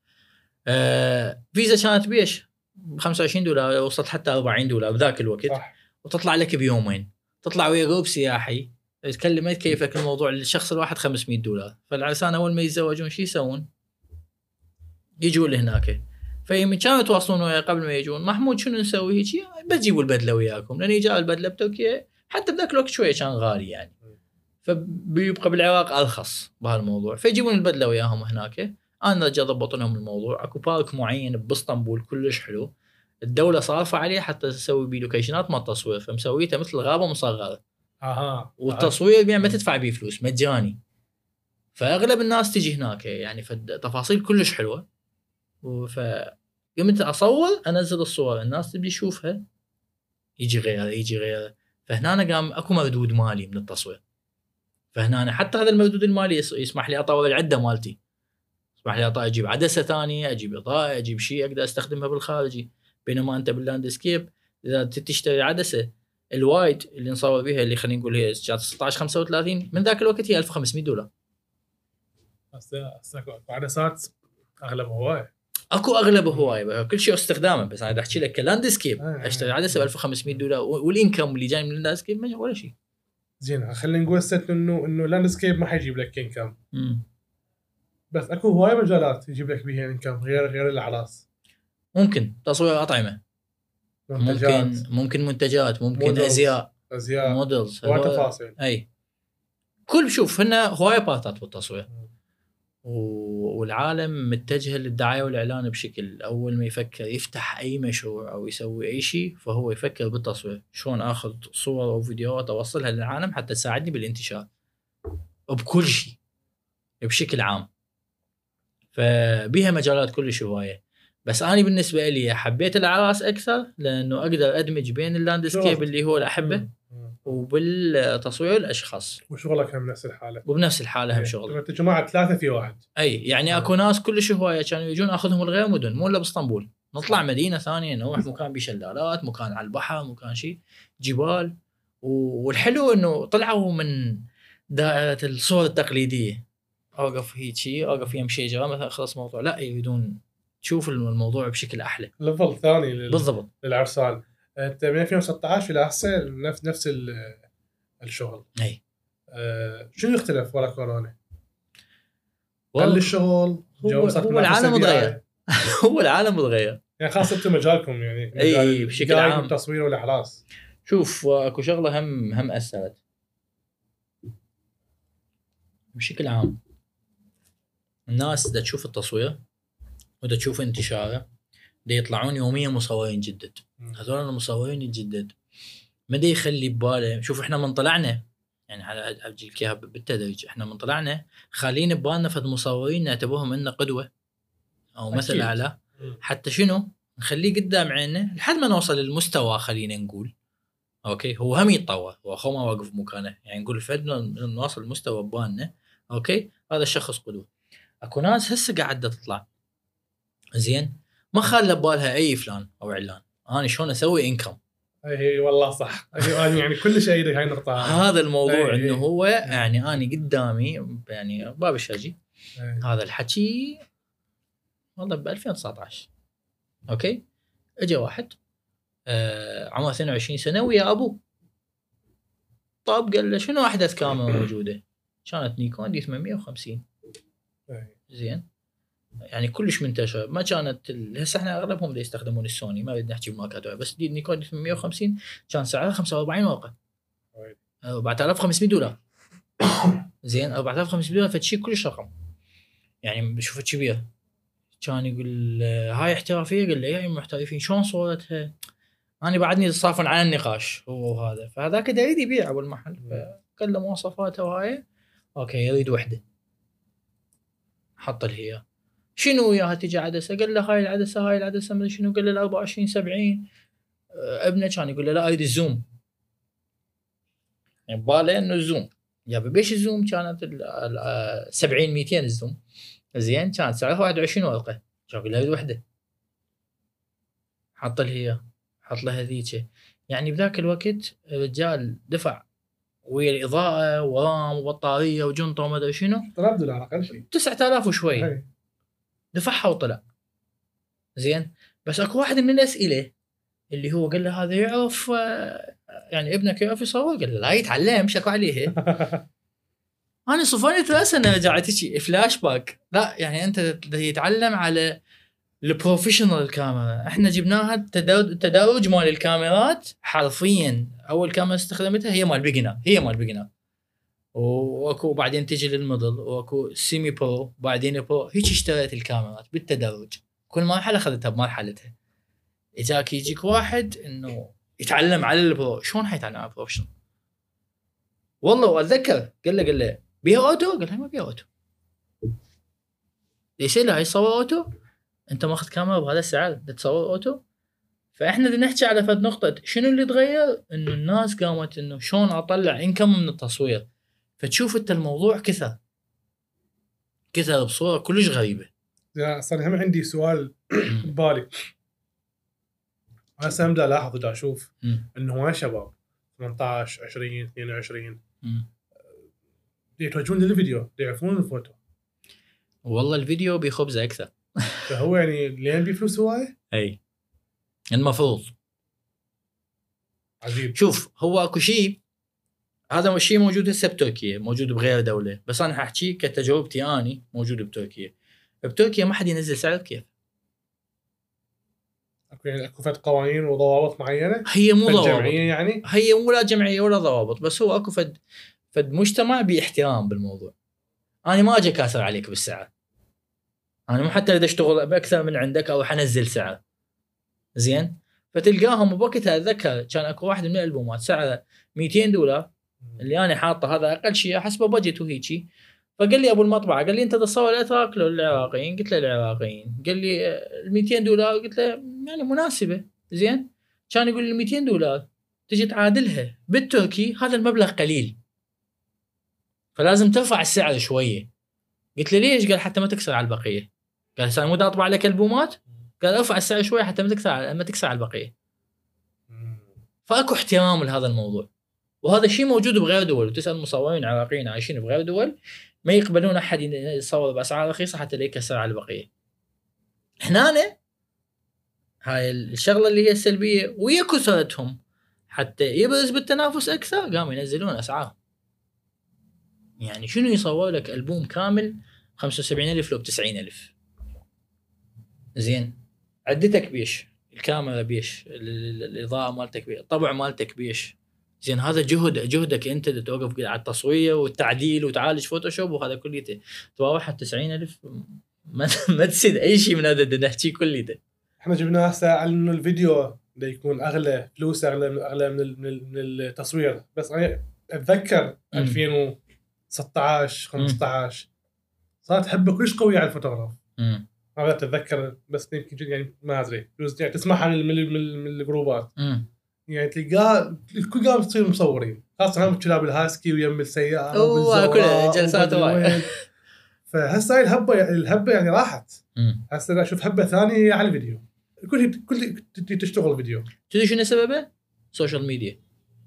آه فيزا كانت بيش خمسة وعشرين دولار، وصلت حتى أربعين دولار بذاك الوقت. صح. وتطلع لك بيومين، تطلع ويا جروب سياحي تكلمت كيفك الموضوع للشخص الواحد خمسمية دولار. فالعرسان اول ما يتزوجون شو يسوون؟ يجون لهناك. فيمكن كانوا يتواصلون ويا قبل ما يجون محمود شنو نسوي هيك، بتجيبوا البدله وياكم، لان جاء البدله بتركيا حتى بذاك الوقت شويه كان غالي يعني، فبيبقى بالعراق ارخص بهالموضوع، فيجيبون البدله وياهم هناك. انا رجع ضبط لهم الموضوع. اكو بارك معين باسطنبول كلش حلو، الدوله صارفه عليه حتى تسوي بيه لوكيشنات مال تصوير، فمسويته مثل غابه مصغره. اها. والتصوير يعني ما تدفع بيه فلوس، مجاني. فاغلب الناس تجي هناك يعني، فالتفاصيل كلش حلوه. فقمت اصور انزل الصور، الناس تبي تشوفها، يجي غيره يجي غيره. فهنا قام اكو مردود مالي من التصوير. فهنا حتى هذا المردود المالي يسمح لي اطور العده مالتي، يسمح لي اطور اجيب عدسه ثانيه، اجيب اضاءه، اجيب شيء اقدر استخدمها بالخارجي. بينما انت باللاندسكيب اذا تشتري عدسه الوايد اللي نصور بها اللي خلينا نقول هي ستة عشر خمسة وثلاثين من ذاك الوقت هي ألف وخمسمية دولار. بس اكو عدسات اغلب هوايه، اكو اغلب هوايه كل شيء استخدامه. بس انا احكي لك كلاندسكيب آه اشتري عدسه ب ألف وخمسمية دولار، والانكم اللي جاي من اللاندسكيب ما ولا شيء. زين خلينا نقول ست انه انه اللاندسكيب ما حيجيب لك انكم، بس اكو هوايه مجالات يجيب لك بيها انكم غير غير الاعراس. ممكن تصوير اطعمه منتجات ممكن ممكن منتجات، ممكن مودلز. ازياء، ازياء مودلز، وتفاصيل. اي كل شوف هنا هوايه بارتات بالتصوير. و- والعالم متجه للدعايه والاعلان بشكل، اول ما يفكر يفتح اي مشروع او يسوي اي شيء فهو يفكر بالتصوير، شلون اخذ صور او فيديوهات اوصلها للعالم حتى تساعدني بالانتشار بكل شيء بشكل عام. فبيها مجالات كلش هوايه، بس انا بالنسبه لي حبيت الاعراس اكثر لانه اقدر ادمج بين اللاندسكيب اللي هو الاحبه وبالتصوير الاشخاص، وشغلك هم نفس الحاله وبنفس الحاله هم إيه. شغل. انتوا جماعه ثلاثه في واحد. اي يعني اكو ناس كلش هوايه كانوا يجون اخذهم الغير مدن، مو الا باسطنبول، نطلع مدينه ثانيه نروح مكان بشلالات، مكان على البحر، مكان شيء جبال. والحلو انه طلعوا من دائره الصور التقليديه، اوقف هيك شيء، اوقف يم شجره مثلا خلص موضوع، لا يريدون تشوف الموضوع بشكل احلى. ليفل ثاني لل... بالضبط. للعرسان. انت من ألفين وستة عشر الى هسه نفس نفس ال... الشغل. اي أه شنو يختلف ولا كورونا؟ والله قل الشغل، هو, هو العالم تغير. هو العالم تغير يعني خاصه انتم مجالكم يعني اي مجال بشكل عام التصوير والاحراز. شوف اكو شغله هم هم اثرت بشكل عام. الناس دا تشوف التصوير ودا تشوف انتشاره، دا يطلعون يوميا مصورين جدد. هذول المصورين الجدد ما دا يخلي بباله. شوف احنا من طلعنا يعني اجي لك اياها بالتدريج، احنا من طلعنا خالين ببالنا فد مصورين نعتبرهم انه قدوه او مثل اعلى، حتى شنو نخليه قدام عيننا لحد ما نوصل للمستوى. خلينا نقول اوكي هو هم يتطور، هو خو ما واقف مكانه، يعني نقول فد نوصل لمستوى ببالنا اوكي هذا الشخص قدوه. اكو ناس هسه قاعده تطلع زين ما خلى ببالها اي فلان او اعلان، انا شلون اسوي انكم. اي والله صح. يعني كل شيء هاي النقطه. هذا الموضوع انه هو يعني انا قدامي يعني باب الشاجي هذا الحكي والله ب ألفين وتسعة عشر اوكي. اجى واحد آه عمره اثنين وعشرين سنه ويا ابوه، طاب قال له شنو احدث كاميرا موجوده؟ كانت نيكون دي ثمانمية وخمسين. زين يعني كلش منتشره، ما كانت هسه احنا اغلبهم اللي يستخدمون السوني، ما بدنا نحكي بماركات، بس دي نيكون دي ثمانمية وخمسين كان سعرها خمسة وأربعين ورقه أربعة آلاف وخمسمية دولار. زين أربعة آلاف وخمسمية دولار فشي كلش رقم يعني بشوفه كبير. كان يقول هاي احترافيه، قال لي هاي محترفين شلون صورتها؟ انا بعدني صافن على النقاش هو وهذا، فهذاك يريد يبيع اول محل فقال له مواصفاته وهاي اوكي يريد وحده حط له هي شنو وياها تجي عدسه، قال له هاي العدسه هاي العدسه من شنو، قال له أربعة وعشرين سبعين. ابنه كان يقول له لا اريد الزوم، يعني باله انه الزوم يا بيش الزوم كانت سبعين مئتين الزوم زين كانت سعرها واحد وعشرين ورقه، كان يقول له اريد وحده حط له هي حط له هذيك. يعني بذاك الوقت الرجال دفع ويا الاضاءه ورام وبطاريه وجنطه وما ادري شنو ثلاثة دولار اقل شيء تسعة آلاف وشوي دفعها وطلع. زين بس اكو واحد من الاسئله اللي هو قال له هذا يعرف يعني ابنك يعرف يصور؟ قال له لا يتعلم شكو عليه. انا صفاني ثلاث سنه رجعت شيء فلاش باك، لا يعني انت يتعلم على البروفيشنال كاميرا. احنا جبناها التدرج مال الكاميرات حرفيا. اول كاميرا استخدمتها هي مال بيجنر، هي مال بيجنر، واكو بعدين تجي للموديل واكو سيمي برو بعدين برو، هيك اشتريت الكاميرات بالتدرج. كل مرحله اخذتها بمرحلتها. اجاك يجيك واحد انه يتعلم على البرو، شلون حيتعلم على البروفيشنال؟ والله واتذكر قال له قال له بيها اوتو؟ قال له ما بيها اوتو. ليش له هاي صور اوتو؟ انت ماخذ كاميرا بهذا السعر تصور اوتو؟ فاحنا بدنا نحكي على فد نقطه شنو اللي تغير، انه الناس قامت انه شلون اطلع انكم من التصوير. فتشوف انت الموضوع كثر كثر بصوره كلش غريبه. يا صار هم عندي سؤال ببالي. انا سامدا لاحظ دا اشوف انه هواي شباب ثمانية عشر عشرين اثنين وعشرين يتوجهون للفيديو يعرفون الفوتو. والله الفيديو بيخبزه اكثر. فهو يعني لين بفلوس هواي؟ اي المفروض. عجيب. شوف هو اكو شيء، هذا الشيء موجود هسه بتركيا، موجود بغير دوله، بس انا حاحكي كتجربتي اني موجود بتركيا. بتركيا ما حد ينزل سعر بكيف. اكو يعني اكو فد قوانين وضوابط معينه هي مو ضوابط جمعيه يعني هي ولا جمعيه ولا ضوابط بس هو اكو فد فد مجتمع باحترام بالموضوع. انا ما اجي اكاسر عليك بالساعه انا مو حتى اذا اشتغل باكثر من عندك او حنزل سعره زين. فتلقاهم بوقتها اتذكر كان اكو واحد من الالبومات سعره مئتين دولار اللي انا حاطه هذا اقل شيء حسب بجت وهيجي. فقال لي ابو المطبعه قال لي انت تصور الاتراك لو العراقيين؟ قلت له العراقيين. قال لي ال مئتين دولار قلت له يعني مناسبه زين. كان يقول لي مئتين دولار تجي تعادلها بالتركي هذا المبلغ قليل فلازم ترفع السعر شويه. قلت له ليش؟ قال حتى ما تكسر على البقيه. قال هسه مو اطبع لك البومات؟ قال ارفع السعر شويه حتى ما تكسر ما تكسر على البقيه. فاكو احترام لهذا الموضوع وهذا الشيء موجود بغير دول. وتسال مصورين عراقيين عايشين بغير دول ما يقبلون احد يصور باسعار رخيصه حتى لا يكسر على البقيه. هنا هاي الشغله اللي هي السلبيه ويا كثرتهم حتى يبرز بالتنافس اكثر قاموا ينزلون اسعار. يعني شنو يصور لك البوم كامل خمسة وسبعين ألف لو بتسعين ألف زين. عدتك بيش الكاميرا بيش الاضاءه مالتك بيش الطبع مالتك بيش زين. هذا جهد جهدك انت توقف على التصوير والتعديل وتعالج فوتوشوب وهذا كله تراوح تسعين ألف ما ما تسد اي شيء من هذا اللي نحكي كله ده. احنا جبنا هسه على انه الفيديو ده يكون اغلى فلوس اغلى من اغلى من من التصوير. بس انا اتذكر ألفين وستة عشر خمسة عشر صارت حبه كلش قويه على الفوتوغراف. امم ما اتذكر بس يمكن يعني ما ادري يعني تسمعها من من, من الجروبات امم يعني تلقاها الكل قام تصير مصورين خاصه هم كلاب الهاسكي ويم السياره اوه كل جلسات وايد. فهسه هاي الهبه الهبه يعني راحت. امم هسه اشوف هبه ثانيه على الفيديو كل كل تشتغل فيديو. تدري شنو سببه؟ سوشيال ميديا.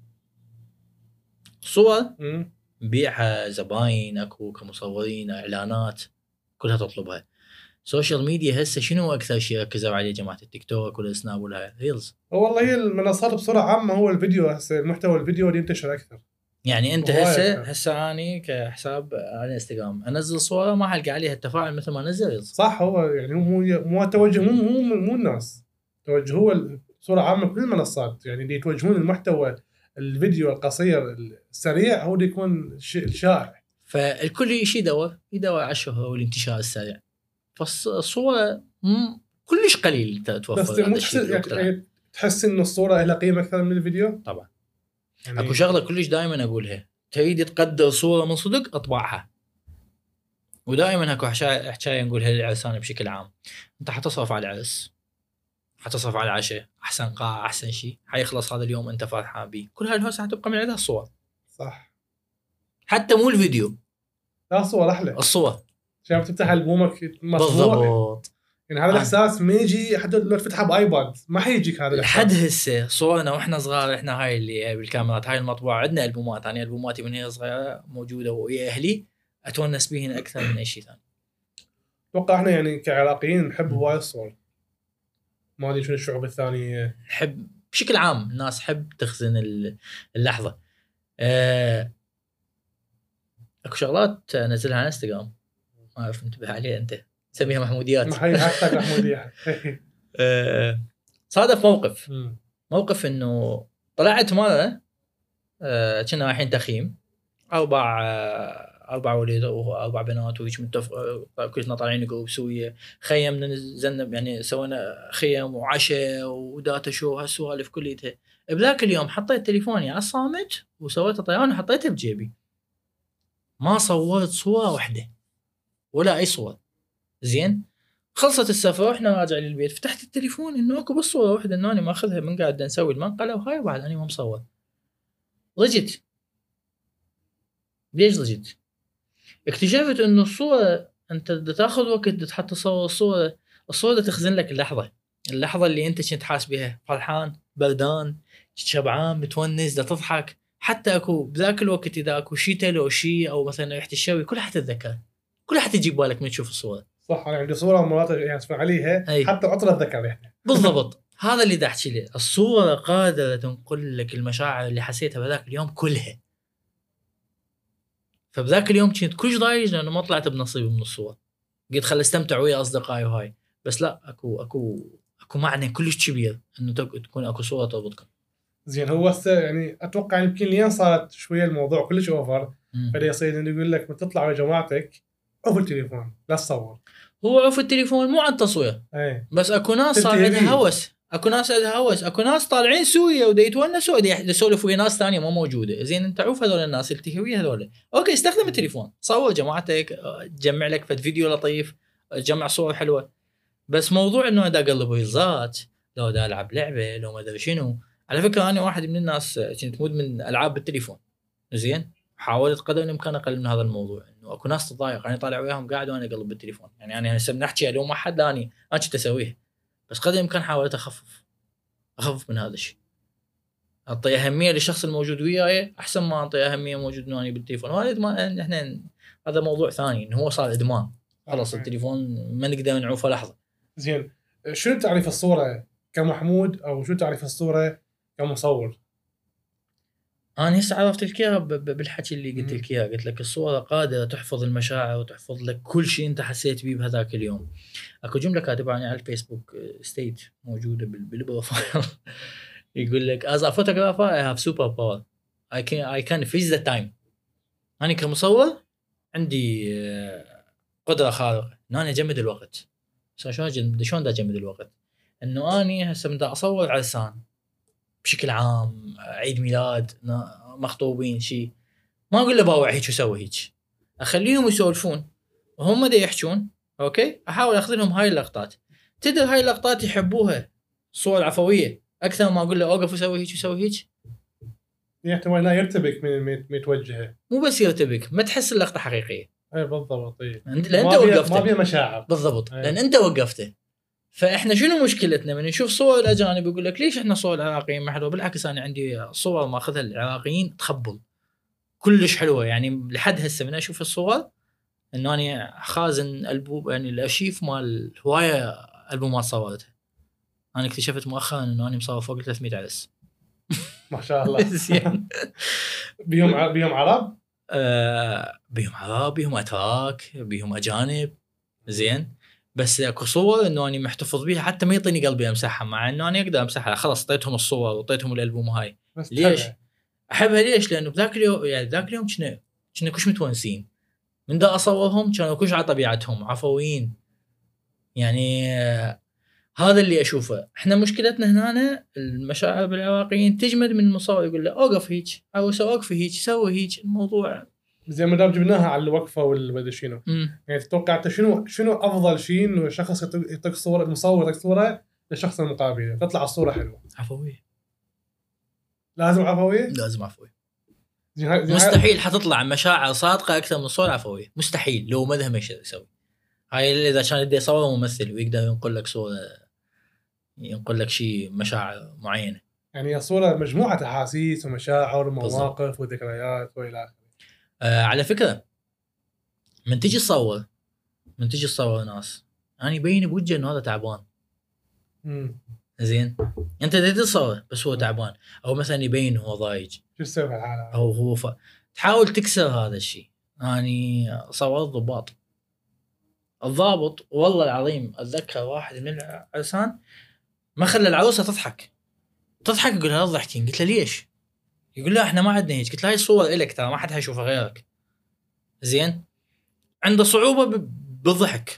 صور بيعها زباين اكو كمصورين اعلانات كلها تطلبها. سوشيال ميديا هسه شنو اكثر شيء ركزوا عليه جماعه التيك توك والسناب ولا ريلز؟ والله هي المنصات بصوره عامه هو الفيديو هسه المحتوى الفيديو اللي ينتشر اكثر. يعني انت هسه هسه اني كحساب على انستغرام انزل صوره ما حلقى عليها التفاعل مثل ما نزل ريلز. صح هو يعني مو مو توجه مو مو مو الناس توجه هو بصوره عامه كل المنصات يعني اللي يتوجهون المحتوى الفيديو القصير السريع هو اللي يكون الشائع. فالكل يشي يدور يدور على الشهره والانتشار السريع. فالصوره كلش قليل توفر. بس مو تحس يعني تحس ان الصوره لها قيمه اكثر من الفيديو؟ طبعا. يعني اكو شغله كلش دائما اقولها تريد تقدر صوره من صدق اطبعها. ودائما اكو حكايه نقولها للعرسان بشكل عام. انت حتصرف على العرس حتصرف على العشاء احسن قاعه احسن شيء حيخلص هذا اليوم انت فرحان به كل هاي الهوسه حتبقى من عندها الصور. صح حتى مو الفيديو. لا الصور احلى. الصور عشان تفتح البومك بالضبط. يعني هذا الاحساس ما يجي حتى لو تفتحها بايباد ما حيجيك هذا الاحساس. لحد هسه صورنا واحنا صغار احنا هاي اللي بالكاميرات هاي المطبوعه عندنا البومات. انا البوماتي من هي صغيره موجوده ويا اهلي اتونس بهن اكثر من اي شيء ثاني. اتوقع احنا يعني كعراقيين نحب هواي الصور. ما ادري شنو الشعوب الثانيه. نحب بشكل عام الناس حب تخزن اللحظه. أه... اكو شغلات نزلها على انستغرام ما اعرف انتبه عليها انت سميها محموديات. ما هي هاشتاج محموديات. أه... صادف موقف م. موقف انه طلعت مره أه... كنا رايحين تخييم اربع أه... اربع وليد واربع بنات وهيك متفق كلنا طالعين جروب سويه خيمنا نزلنا يعني سوينا خيم وعشاء وداتا شو هالسوالف كليتها. بذاك اليوم حطيت تليفوني على الصامت وسويت طيران وحطيته بجيبي ما صورت صوره واحده ولا اي صور زين. خلصت السفره واحنا راجع للبيت فتحت التليفون انه اكو بس صوره واحده انه انا ماخذها من قاعد نسوي المنقله وهاي بعد انا ما مصور. ضجت. ليش ضجت؟ اكتشفت انه الصوره انت بدك تاخذ وقت تحط تصور الصوره. الصوره تخزن لك اللحظه اللحظه اللي انت كنت حاس بها فرحان بردان شبعان متونس دا تضحك. حتى اكو بذاك الوقت اذا اكو شيء تلو شيء او مثلا ريحه الشوي كلها حتتذكر كلها حتجيب بالك من تشوف الصوره. صح انا عندي صوره مرات يعني اسمع عليها أي. حتى عطر اتذكر ريحتها بالضبط. هذا اللي دا احكي لي الصوره قادره تنقل لك المشاعر اللي حسيتها بذاك اليوم كلها. فبذاك اليوم كنت كلش ضايج لانه ما طلعت بنصيب من الصور. قلت خل استمتع ويا اصدقائي وهاي بس لا اكو اكو اكو معنى كلش كبير انه تكون اكو صوره تربطكم. زين هو هسه يعني اتوقع يمكن لين صارت شويه الموضوع كلش اوفر، فدا يصير انه يقول لك تطلع ويا جماعتك عوف التليفون لا تصور. هو عوف التليفون مو على التصوير، اي بس اكو ناس صار عندها هوس، اكو ناس عندها هوس، اكو ناس طالعين سوريا ودا يتونسوا ودا يسولفوا ويا ناس ثانيه ما موجوده. زين انت عوف هذول الناس التهويه هذول، اوكي استخدم التليفون صور جماعتك، جمع لك فد فيديو لطيف، جمع صور حلوه، بس موضوع انه دا اقلب ريلزات، لو دا العب لعبه، لو ما ادري شنو. على فكره انا واحد من الناس كنت مدمن العاب بالتليفون، زين حاولت قدر الامكان اقلل من هذا الموضوع، انه اكو ناس تضايق انا طالع وياهم قاعد وانا اقلب بالتليفون. يعني انا هسه بنحكي لو ما حد اني انا كنت اسويه، بس قدر الامكان حاولت اخفف اخفف من هذا الشيء، اعطي اهميه للشخص الموجود وياي احسن ما اعطي اهميه موجود انه انا بالتليفون. وهذا ادمان، احنا هذا موضوع ثاني، انه هو صار ادمان خلاص التليفون ما نقدر نعوفه لحظه. زين شنو تعريف الصوره كمحمود، او شو تعريف الصوره كمصور؟ انا هسه عرفت لك اياها بالحكي اللي قلت لك اياه، قلت لك الصوره قادره تحفظ المشاعر وتحفظ لك كل شيء انت حسيت به بهذاك اليوم. اكو جمله كاتبها على الفيسبوك ستيت موجوده بالبروفايل يقول لك as a photographer I have super power I can I can freeze the time. انا كمصور عندي قدره خارقه ان انا اجمد الوقت. شلون شلون دا اجمد الوقت؟ انه اني هسه بدي اصور عرسان بشكل عام، عيد ميلاد، مخطوبين، شيء ما اقول له باوع هيك وسوي هيك، اخليهم يسولفون وهم دا يحجون، اوكي احاول اخذ لهم هاي اللقطات. تدري هاي اللقطات يحبوها صور عفويه اكثر ما اقول له اوقف وسوي هيك وسوي هيك. يحتمل لا يرتبك من متوجهه، مو بس يرتبك، ما تحس اللقطه حقيقيه. اي بالضبط. اي لان انت وقفته ما بيها مشاعر بالضبط. أي. لان انت وقفته. فاحنا شنو مشكلتنا من نشوف صور الاجانب يقول لك ليش احنا صور العراقيين ما حلوه؟ بالعكس انا عندي صور ماخذها العراقيين تخبل كلش حلوه. يعني لحد هسه من اشوف الصور انه انا خازن البوم، يعني الارشيف مال هوايه البومات صورتها. انا اكتشفت مؤخرا انه انا مصور فوق ثلاثمية عرس ما شاء الله. زين بيهم بيهم عرب؟ آه بيهم عرب، بيهم اتراك، بيهم اجانب. زين بس اكو صور انه انا محتفظ بيها حتى ما يعطيني قلبي امسحها، مع انه انا اقدر امسحها خلاص اعطيتهم الصور واعطيتهم الالبوم هاي. ليش تحبها. احبها ليش؟ لانه بذاك اليوم يعني ذاك اليوم كنا كنا كش متونسين من دا اصورهم، كانوا كش على طبيعتهم عفويين. يعني آه هذا اللي اشوفه. احنا مشكلتنا هنا المشاعر بالعراقيين تجمد من المصور يقول له اوقف هيك او اوقف هيك سوي هيك. الموضوع زي ما دام جبناها على الوقفه والبدي شنو يعني تتوقع انت شنو شنو افضل شيء انه شخص يعطيك صوره، المصور يعطيك صوره للشخص المقابل تطلع الصوره حلوه؟ عفويه. لازم عفويه؟ لازم عفويه. مستحيل حتطلع مشاعر صادقه اكثر من صوره عفويه، مستحيل. لو مذهب ما يسوي هاي. اذا كان يدي يصور ممثل ويقدر ينقل لك صوره، ينقل لك شيء مشاعر معينه. يعني الصوره مجموعه احاسيس ومشاعر ومواقف وذكريات والى اخره. آه على فكره من تجي تصور من تجي تصور ناس يعني يبين بوجهه انه هذا تعبان. امم زين انت تدري تصور بس هو تعبان، او مثلا يبين هو ضايج. شو تسوي بهالحاله؟ او هو ف... تحاول تكسر هذا الشيء. يعني صورت ضباط، الضابط والله العظيم اتذكر واحد من العرسان ما خلى العروسه تضحك تضحك يقول لها لا تضحكين. قلت له ليش؟ يقول لا احنا ما عندنا هيك. قلت له هاي الصور إلك ترى ما حد حيشوفها غيرك. زين عنده صعوبه ب... بالضحك،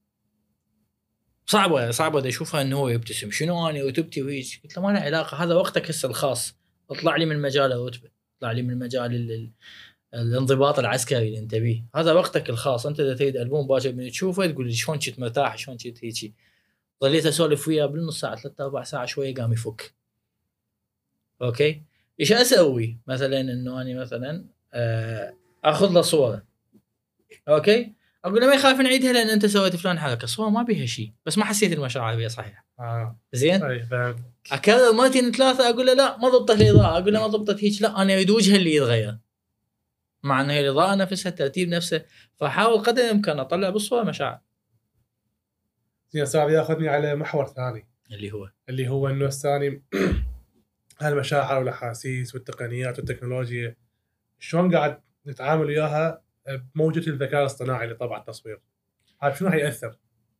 صعبه صعبه دا يشوفها انه هو يبتسم. شنو انا وتبتي وهيك؟ قلت له ما له علاقه، هذا وقتك هسه الخاص. اطلع لي من مجال الرتبه، اطلع لي من مجال ال... الانضباط العسكري اللي انت بيه. هذا وقتك الخاص. انت اذا تريد البوم باكر من تشوفه تقول لي شلون كنت مرتاح شلون كنت هيك. ظليت اسولف وياه بالنص ساعه ثلاثة اربع ساعه شويه قام يفك. اوكي ايش اسوي مثلا؟ انه انا مثلا اخذ له صوره، اوكي اقول له ما يخاف نعيدها لان انت سويت فلان حركه. الصوره ما بيها شيء بس ما حسيت المشاعر بيها صحيح. اه زين اي فهمت. اكرر مرتين ثلاثه اقول له لا ما ضبطت الاضاءه، اقول له ما ضبطت هيك، لا انا اريد وجهه اللي يتغير، مع انه الاضاءه نفسها الترتيب نفسه. فحاول قدر الامكان اطلع بالصوره مشاعر. زين صار ياخذني على محور ثاني اللي هو اللي هو انه الثاني هالمشاعر والاحاسيس والتقنيات والتكنولوجيا شلون قاعد نتعامل وياها بموجة الذكاء الاصطناعي اللي طبع التصوير. هذا شنو هيأثر؟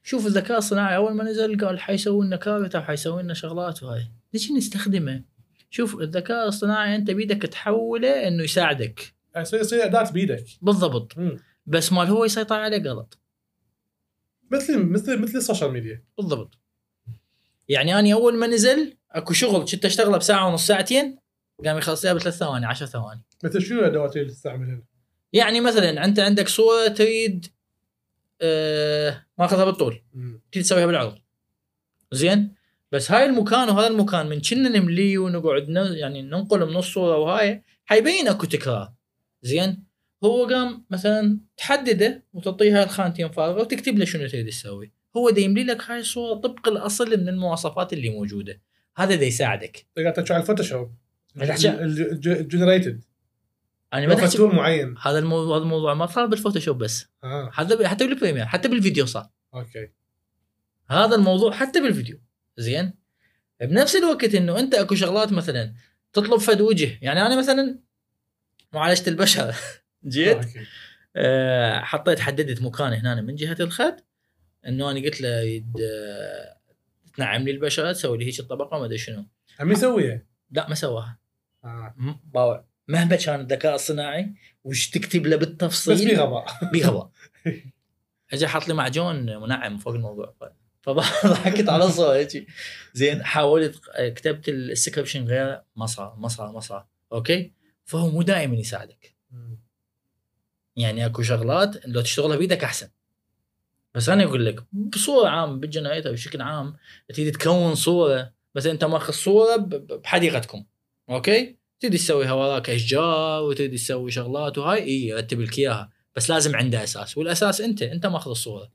شوف الذكاء الصناعي اول ما نزل قال حيسوي لنا كارت او حيسوي لنا شغلات وهاي نجي نستخدمه. شوف الذكاء الصناعي انت بيدك تحوله انه يساعدك، يصير يصير اداه بيدك بالضبط. مم. بس مال هو يسيطر عليه غلط، مثل مثل مثل السوشيال ميديا بالضبط. يعني اني اول ما نزل اكو شغل كنت اشتغله بساعه ونص ساعتين قام يخلص لي بثلاث ثواني عشر ثواني. مثل شنو الادوات اللي تستعملها؟ يعني مثلا انت عندك صوره تريد آه ماخذها بالطول مم. تريد تسويها بالعرض، زين، بس هاي المكان وهذا المكان من كنا نمليه ونقعد يعني ننقل من الصوره وهاي حيبين اكو تكرار، زين. هو قام مثلا تحدده وتعطيها الخانتين فارغه وتكتب له شنو تريد تسوي، هو دا يملي لك هاي الصوره طبق الاصل من المواصفات اللي موجوده. هذا دا يساعدك. تقدر تحكي على الفوتوشوب تحكي- الجنريتد انا ما تحكي تول معين. هذا الموضوع، هذا الموضوع ما صار بالفوتوشوب بس، اه حتى حتى بالبريمير حتى بالفيديو صار اوكي. هذا الموضوع حتى بالفيديو، زين. بنفس الوقت انه انت اكو شغلات مثلا تطلب فد وجه، يعني انا مثلا معالجه البشره جيت أوكي. أه حطيت حددت مكان هنا من جهه الخد انه انا قلت له يد أه تنعم لي البشره تسوي لي هيك الطبقه ما ادري شنو. عم يسويها؟ لا ما سواها. اه م- باوع مهما كان الذكاء الصناعي وش تكتب له بالتفصيل بس بغباء بغباء. اجى حط لي معجون منعم فوق الموضوع فضحكت على الصوره هيك، زين. حاولت كتبت السكريبشن غير مصر مصر مصر اوكي. فهو مو دائما يساعدك، يعني اكو شغلات لو تشتغلها بايدك احسن. بس انا اقول لك بصوره عامه بالجنريتر بشكل عام تريد تكون صوره، بس انت ماخذ صوره بحديقتكم اوكي، تريد تسويها وراك اشجار وتريد تسوي شغلات وهاي اي رتب لك اياها، بس لازم عنده اساس، والاساس انت انت ماخذ الصوره.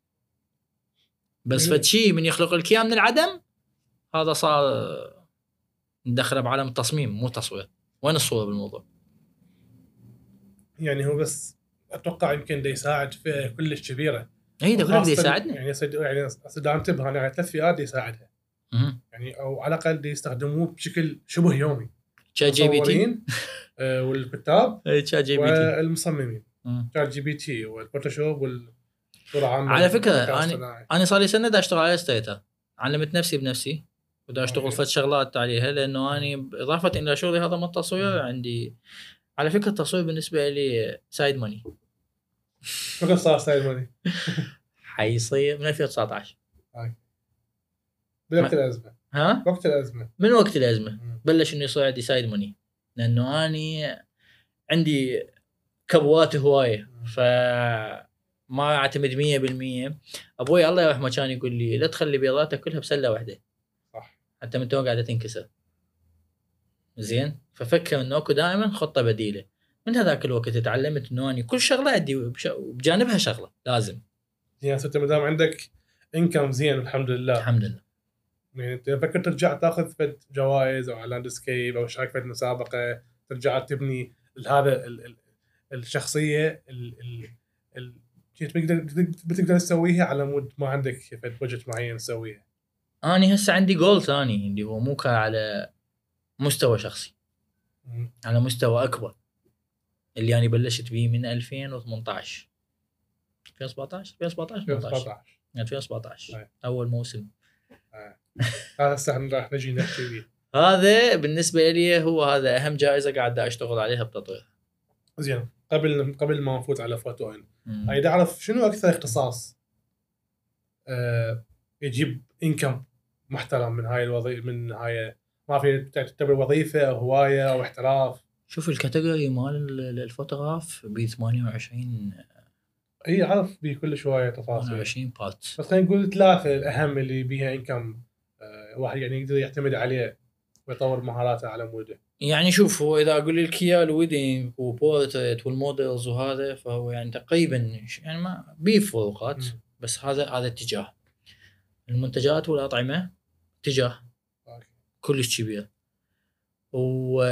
بس فتشي من يخلق لك اياه من العدم هذا صار ندخله بعالم التصميم مو تصوير. وين الصوره بالموضوع؟ يعني هو بس اتوقع يمكن ده يساعد فئه كلش كبيره. اي ده كله بده يساعدنا. يعني صد يعني صد انتبه انا على ثلاث فئات يساعدها، اها يعني او على الاقل يستخدموه بشكل شبه يومي. شات جي بي تي آه والكتاب اي شات جي بي تي والمصممين شات جي بي تي والفوتوشوب والصوره عامه. على فكره انا انا صار لي سنه دا اشتغل على ستيتر، علمت نفسي بنفسي ودا اشتغل فد شغلات عليها، لانه اني اضافه الى شغلي هذا من التصوير عندي. على فكره التصوير بالنسبه لي سايد ماني. شو صار سايد ماني؟ حيصير من ألفين وتسعة عشر بوقت الازمه. ها وقت الازمه من وقت الازمه بلش انه يصير عندي سايد ماني، لانه اني عندي كبوات هوايه فما اعتمد مية بالمية. ابوي الله يرحمه كان يقول لي لا تخلي بيضاتك كلها بسله واحده، صح، حتى من تو قاعده تنكسر، زين. ففكر انه اكو دائما خطه بديله. من هذاك الوقت تعلمت انه اني كل شغله ادي بجانبها شغله لازم. يعني انت ما دام عندك انكم زين الحمد لله الحمد لله. يعني انت فكرت ترجع تاخذ فد جوائز او على لاندسكيب او شارك في مسابقه ترجع تبني هذا الشخصيه اللي تقدر بتقدر تسويها على مود ما عندك فد بجت معين تسويها. اني هسه عندي جول ثاني اللي هو مو على مستوى شخصي، م. على مستوى اكبر اللي انا بلشت به من ألفين وثمانية عشر ألفين وسبعطعش ألفين وسبعطعش ألفين وسبعطعش أي. اول موسم. هذا السهم راح نجي نحكي فيه. هذا بالنسبه لي هو هذا اهم جائزه قاعد اشتغل عليها بتطوير. زين قبل قبل ما نفوت على فوتو ان اريد اعرف شنو اكثر اختصاص أه يجيب انكم محترم من هاي الوظيفه، من هاي ما في تعتبر وظيفه او هوايه او احتراف. شوف الكاتيجوري مال الفوتوغراف ب ثمانية وعشرين اي عارف بيه كل شويه تفاصيل ثمانية وعشرين بارت، بس خلينا نقول ثلاثه الاهم اللي بيها انكم أه واحد يعني يقدر يعتمد عليه ويطور مهاراته على موده. يعني شوف هو اذا اقول لك اياه الويدنج وبورتريت والمودلز وهذا فهو يعني تقريبا يعني ما بيه فروقات، بس هذا هذا اتجاه. المنتجات والاطعمه اتجاه كلش كبير، و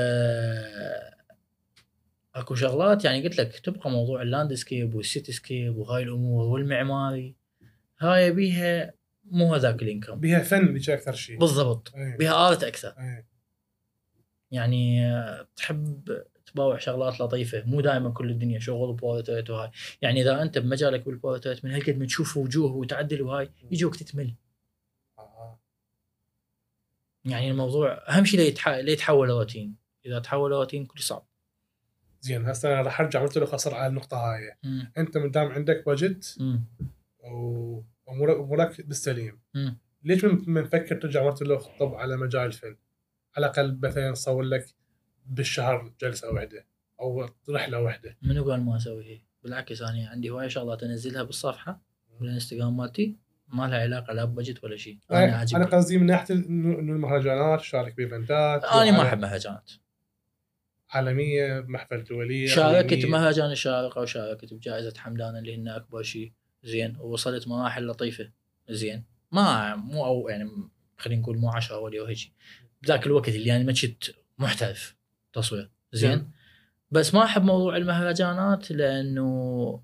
اكو شغلات يعني قلت لك تبقى موضوع اللاندسكيب والسيتيسكيب وهاي الامور والمعماري هاي بيها مو هذاك الانكم، بيها فن بيجي اكثر شيء بالضبط. أيه. بيها ارت اكثر. أيه. يعني تحب تباوع شغلات لطيفه، مو دائما كل الدنيا شغل بورتريت وهاي. يعني اذا انت بمجالك بالبورتريت من هالقد ما تشوف وجوه وتعدل وهاي يجوك تتمل. آه. يعني الموضوع اهم شيء ليتح... ليتحول روتين. اذا تحول روتين كل صعب. زين هسه انا راح ارجع قلت له خسر على النقطه هاي. مم. انت من دام عندك بجت مم. وامورك امورك بالسليم، مم. ليش من مفكر ترجع مرت له خطب على مجال الفن؟ على الاقل مثلا تصور لك بالشهر جلسه واحده او رحله واحده. منو قال ما اسوي هيك؟ بالعكس انا عندي هواي شغلات انزلها بالصفحه بالانستغرام مالتي ما لها علاقه لا ببجت ولا شيء. انا انا عاجبني. انا قصدي من ناحيه انه إنه المهرجانات شارك بايفنتات، انا ما احب مهرجانات. عالميه، محفل دوليه، شاركت إقليمية. بمهرجان الشارقه وشاركت بجائزه حمدان اللي هن اكبر شيء زين، ووصلت مراحل لطيفه زين. ما مو او يعني خلينا نقول مو عشرة اولي او هيك بذاك الوقت اللي يعني ما كنت محترف تصوير زين. نعم. بس ما احب موضوع المهرجانات لانه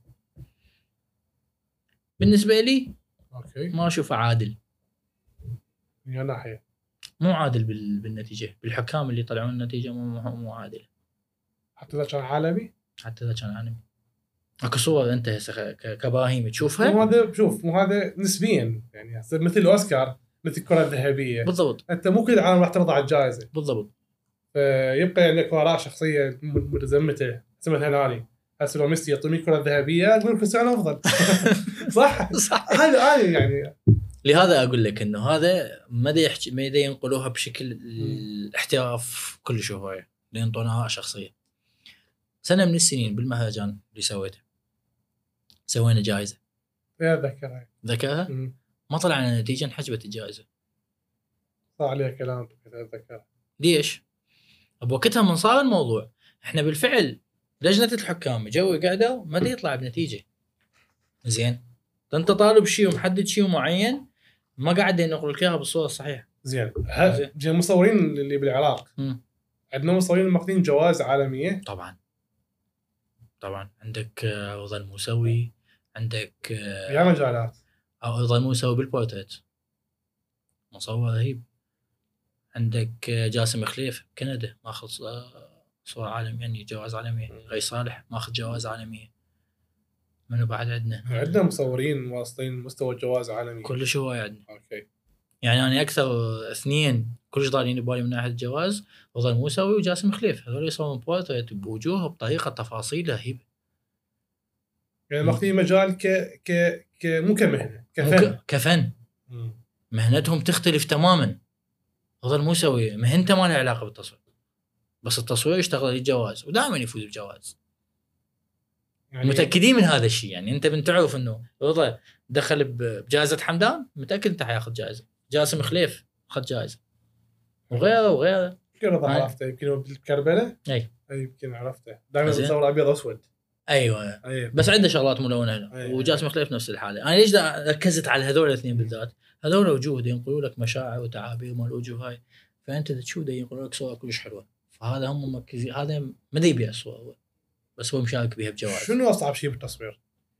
بالنسبه لي اوكي ما اشوفه عادل. من ناحيه مو عادل بال... بالنتيجه، بالحكام اللي طلعون النتيجه مو مو عادل. حتى اذا كان عالمي. حتى اذا كان عالمي اكو صور انت هسه ك- كبراهيم تشوفها. مو هذا شوف مو هذا نسبيا يعني هسه مثل الاوسكار مثل الكره الذهبيه. بالضبط انت مو كل العالم راح ترضى على الجائزه، بالضبط. فيبقى عندك اراء شخصيه متزمته. هسه مثلا اني هسه لو ميسي يعطوني الكره الذهبيه اقول كريستيانو افضل. صح صح. هذا هذا يعني. لهذا اقول لك انه هذا ما دا يحكي ما دا ينقلوها بشكل الاحتراف كلش هوايه، ينطونها آراء شخصيه. سنه من السنين بالمهرجان اللي سويته سوينا جائزه يا ذكرها ذكرها ما طلع لنا نتيجه انحجبت الجائزه. صار عليها كلام اتذكر. ليش؟ بوقتها من صار الموضوع احنا بالفعل لجنه الحكام جو قاعده ما دا يطلع بنتيجه زين. انت طالب شيء ومحدد شيء معين ما قاعد ينقل لك اياها بالصوره الصحيحه. زين ه- زين المصورين اللي بالعراق مم. عندنا مصورين ماخذين جوائز عالميه. طبعا طبعا عندك آه، رضا الموسوي، عندك آه، يا مجالات. أو رضا الموسوي بالبورتريت مصور رهيب. عندك آه، جاسم خليف كندا ماخذ آه، صورة عالم يعني جوائز عالمية. غي صالح ماخذ جوائز عالمية. منو بعد عندنا؟ عندنا مصورين واصلين مستوى الجوائز عالمي. كلش هواي عندنا. اوكي يعني أنا أكثر اثنين كلش ضالين ببالي من ناحية الجواز رضا الموسوي وجاسم خليف. هذول يصورون بورتريت بوجوه بطريقة تفاصيل رهيبة. يعني ماخذين مجال ك ك ك مو كمهنه مو كفن. ك- كفن مم. مهنتهم تختلف تماما. رضا الموسوي مهنته ما لها علاقة بالتصوير بس التصوير يشتغل للجواز ودائما يفوز بجواز. يعني متأكدين من هذا الشيء. يعني انت بنتعرف انه رضا دخل بجائزة حمدان متأكد انت حياخذ جائزة. جاسم خليف اخذ جائزة وغيره وغيره. يمكن رضا هاي. عرفته يمكن بالكربله. اي اي يمكن عرفته دائما زين. بصور ابيض واسود. ايوه اي بس عنده شغلات ملونة هنا. أي. وجاسم خليف نفس الحالة. انا ليش دا ركزت على هذول الاثنين بالذات؟ هذول وجوه ينقلوا لك مشاعر وتعابير مال الوجوه هاي. فانت تشوف ينقلوا لك صورة كلش حلوة. فهذا هم مركزين. هذا ما دا يبيع الصورة هو بس هو مشارك بها بجوائز. شنو اصعب شيء بالتصوير؟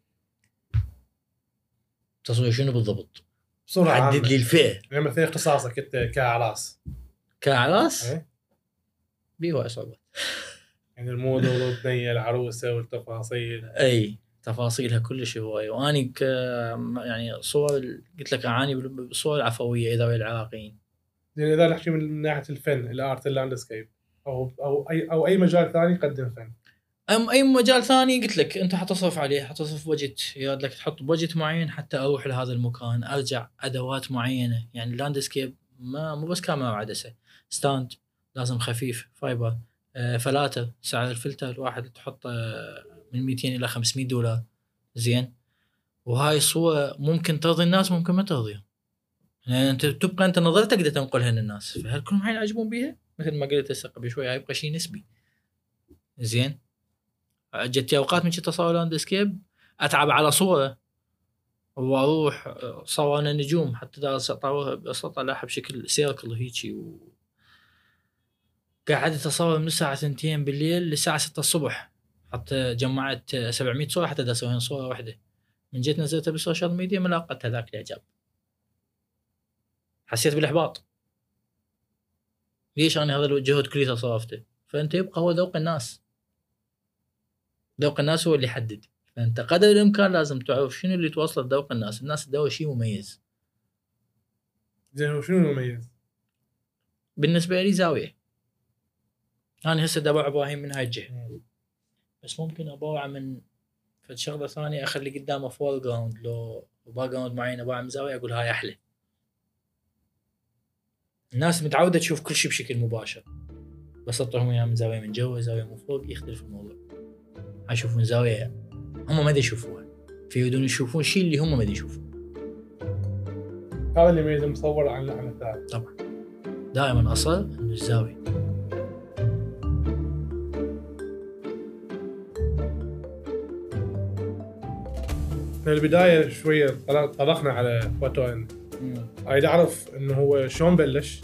تصوير شنو بالضبط؟ بصوره عامه حدد لي الفئة. يعني مثلا اختصاصك انت كعراس. كعراس أي. بيه صعوبة. يعني الموضوع والدنيا العروسه والتفاصيل. اي تفاصيلها كلش هوايه. واني ك يعني صور قلت لك اعاني بالصور العفويه اذا ويا العراقيين. يعني اذا نحكي من ناحيه الفن الارت اللاندسكيب او او اي او اي مجال ثاني يقدم فن. ام اي مجال ثاني قلت لك انت حتصرف عليه حتصرف بجت يراد لك تحط بجت معين حتى اروح لهذا المكان ارجع ادوات معينه. يعني اللاندسكيب ما مو بس كاميرا وعدسه ستاند لازم خفيف فايبر آه فلاتر. سعر الفلتر الواحد تحط آه من مئتين الى خمسمئة دولار زين. وهاي الصورة ممكن ترضي الناس ممكن ما ترضيهم. يعني انت تبقى انت نظرتك تقدر تنقلها للناس. فهل كلهم حيعجبون بيها؟ مثل ما قلت هسه قبل شوي هيبقى شيء نسبي زين. جت اوقات من كنت اصور لاندسكيب اتعب على صورة واروح صورنا نجوم حتى دا اطلعها بشكل سيركل هيجي و... قعدت اصور من الساعة اثنتين بالليل للساعة ستة الصبح حتى جمعت سبعمئة صورة حتى دا اسويها صورة واحدة. من جيت نزلتها بالسوشيال ميديا ما لاقت هذاك الاعجاب. حسيت بالاحباط. ليش انا هذا الجهد كليته صرفته؟ فانت يبقى هو ذوق الناس. ذوق الناس هو اللي يحدد. فانت قدر الامكان لازم تعرف شنو اللي توصل ذوق الناس. الناس تدور شيء مميز. زين وشنو المميز؟ بالنسبه لي زاويه. انا هسه ابوع ابراهيم من هاي الجهه، بس ممكن ابوع من فد شغله ثانيه اخلي قدامه فور جراوند لو باك جراوند معين ابوع من زاويه اقول هاي احلى. الناس متعوده تشوف كل شيء بشكل مباشر، بس اطلعهم اياه من زاويه من جوا زاويه من فوق يختلف الموضوع. اشوف من زاويه هم ما دي يشوفوها، في يريدون يشوفون شيء اللي هم ما دي يشوفوه. هذا اللي يميز المصور عن عن الثاني. طبعا دائما اصل من الزاويه. من البدايه شويه طرقنا على فوتو ان. اريد اعرف انه هو شلون بلش،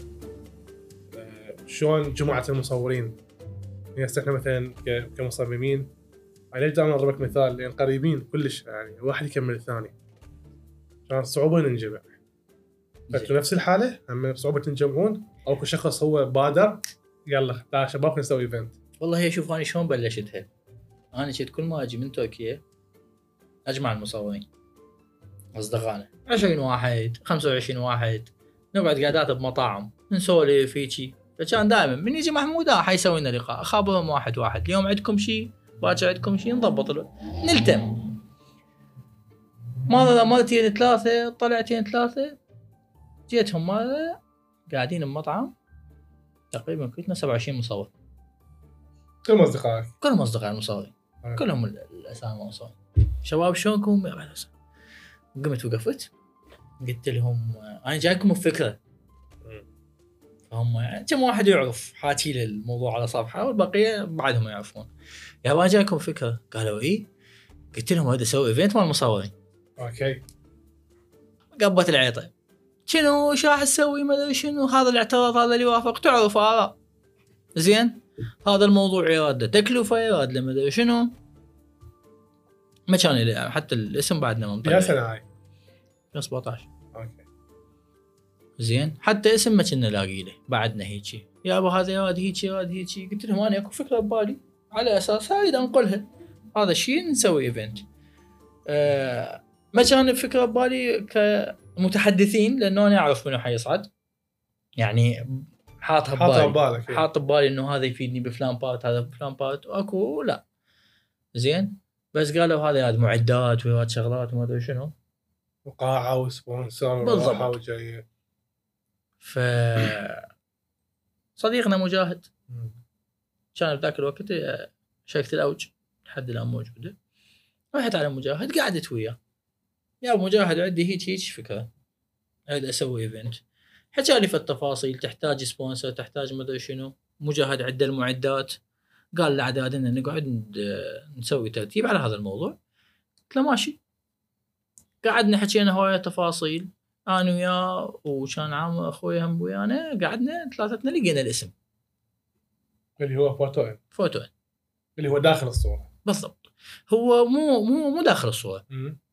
شلون جمعت المصورين. يعني احنا مثلا كمصممين ليش دائما اضربك مثال، لان قريبين كلش، يعني واحد يكمل الثاني. كان صعوبه ننجمع. فانتوا نفس الحاله هم صعوبه تنجمعون، او كل شخص هو بادر يلا تعال شباب نسوي ايفنت؟ والله هي شوف انا شلون بلشتها. انا كنت كل ما اجي من تركيا اجمع المصورين اصدقائنا عشرين واحد خمسة وعشرين واحد، نقعد قعدات بمطاعم نسولف فيشي. فكان دائما من يجي محمود اه حيسوي لنا لقاء، اخابرهم واحد واحد، اليوم عندكم شيء باكر عندكم شيء، نضبط له نلتم. مرة مرتين ثلاثة طلعتين ثلاثة جيتهم مرة قاعدين بمطعم تقريبا كلنا سبعة وعشرين مصور. كلهم اصدقائك؟ كلهم اصدقاء المصورين، كلهم الاسامي مصورين. شباب شلونكم؟ قمت وقفت قلت لهم انا جايكم بفكره. فهم يعني كم واحد يعرف حاكي لي الموضوع على صفحه والبقيه بعدهم يعرفون. يا ما جايكم فكره؟ قالوا ايه. قلت لهم هذا اسوي ايفنت مع المصورين. اوكي. قبت العيطه شنو ايش راح تسوي ما ادري شنو، هذا الاعتراض هذا اللي وافق تعرف آراء زين، هذا الموضوع يراد تكلفه يراد ما ادري شنو. ما كان حتى الاسم بعدنا ما يا سنه هاي سبعطعش. اوكي زين حتى اسم ما كنا لاقي له بعدنا هيجي يا ابو هذا يراد هيجي يراد هيجي. قلت لهم انا اكو فكره ببالي على اساس هاي انقلها، هذا الشيء نسوي ايفنت. أه ما كان الفكره ببالي كمتحدثين لانه انا اعرف منو حيصعد، يعني حاطها ببالي حاط ببالي انه هذا يفيدني بفلان بارت هذا بفلان بارت واكو لا زين. بس قالوا هذا هذا معدات وهذا شغلات وما ادري شنو وقاعه وسبونسر بالضبط وجايه. ف صديقنا مجاهد كان بذاك الوقت شركه الاوج لحد الان موجوده، رحت على مجاهد قعدت وياه يا ابو مجاهد عندي هيك هيك فكره اريد اسوي ايفنت. حكى لي في التفاصيل تحتاج سبونسر تحتاج ما ادري شنو. مجاهد عدى المعدات قال لا عاد نقعد نسوي ترتيب على هذا الموضوع. قلت له ماشي. قعدنا حكينا هوايه تفاصيل انا وياه وكان عام اخوي هم ويانا، قعدنا ثلاثتنا لقينا الاسم اللي هو فوتو ان. فوتو ان اللي هو داخل الصوره بالضبط. هو مو مو مو داخل الصوره،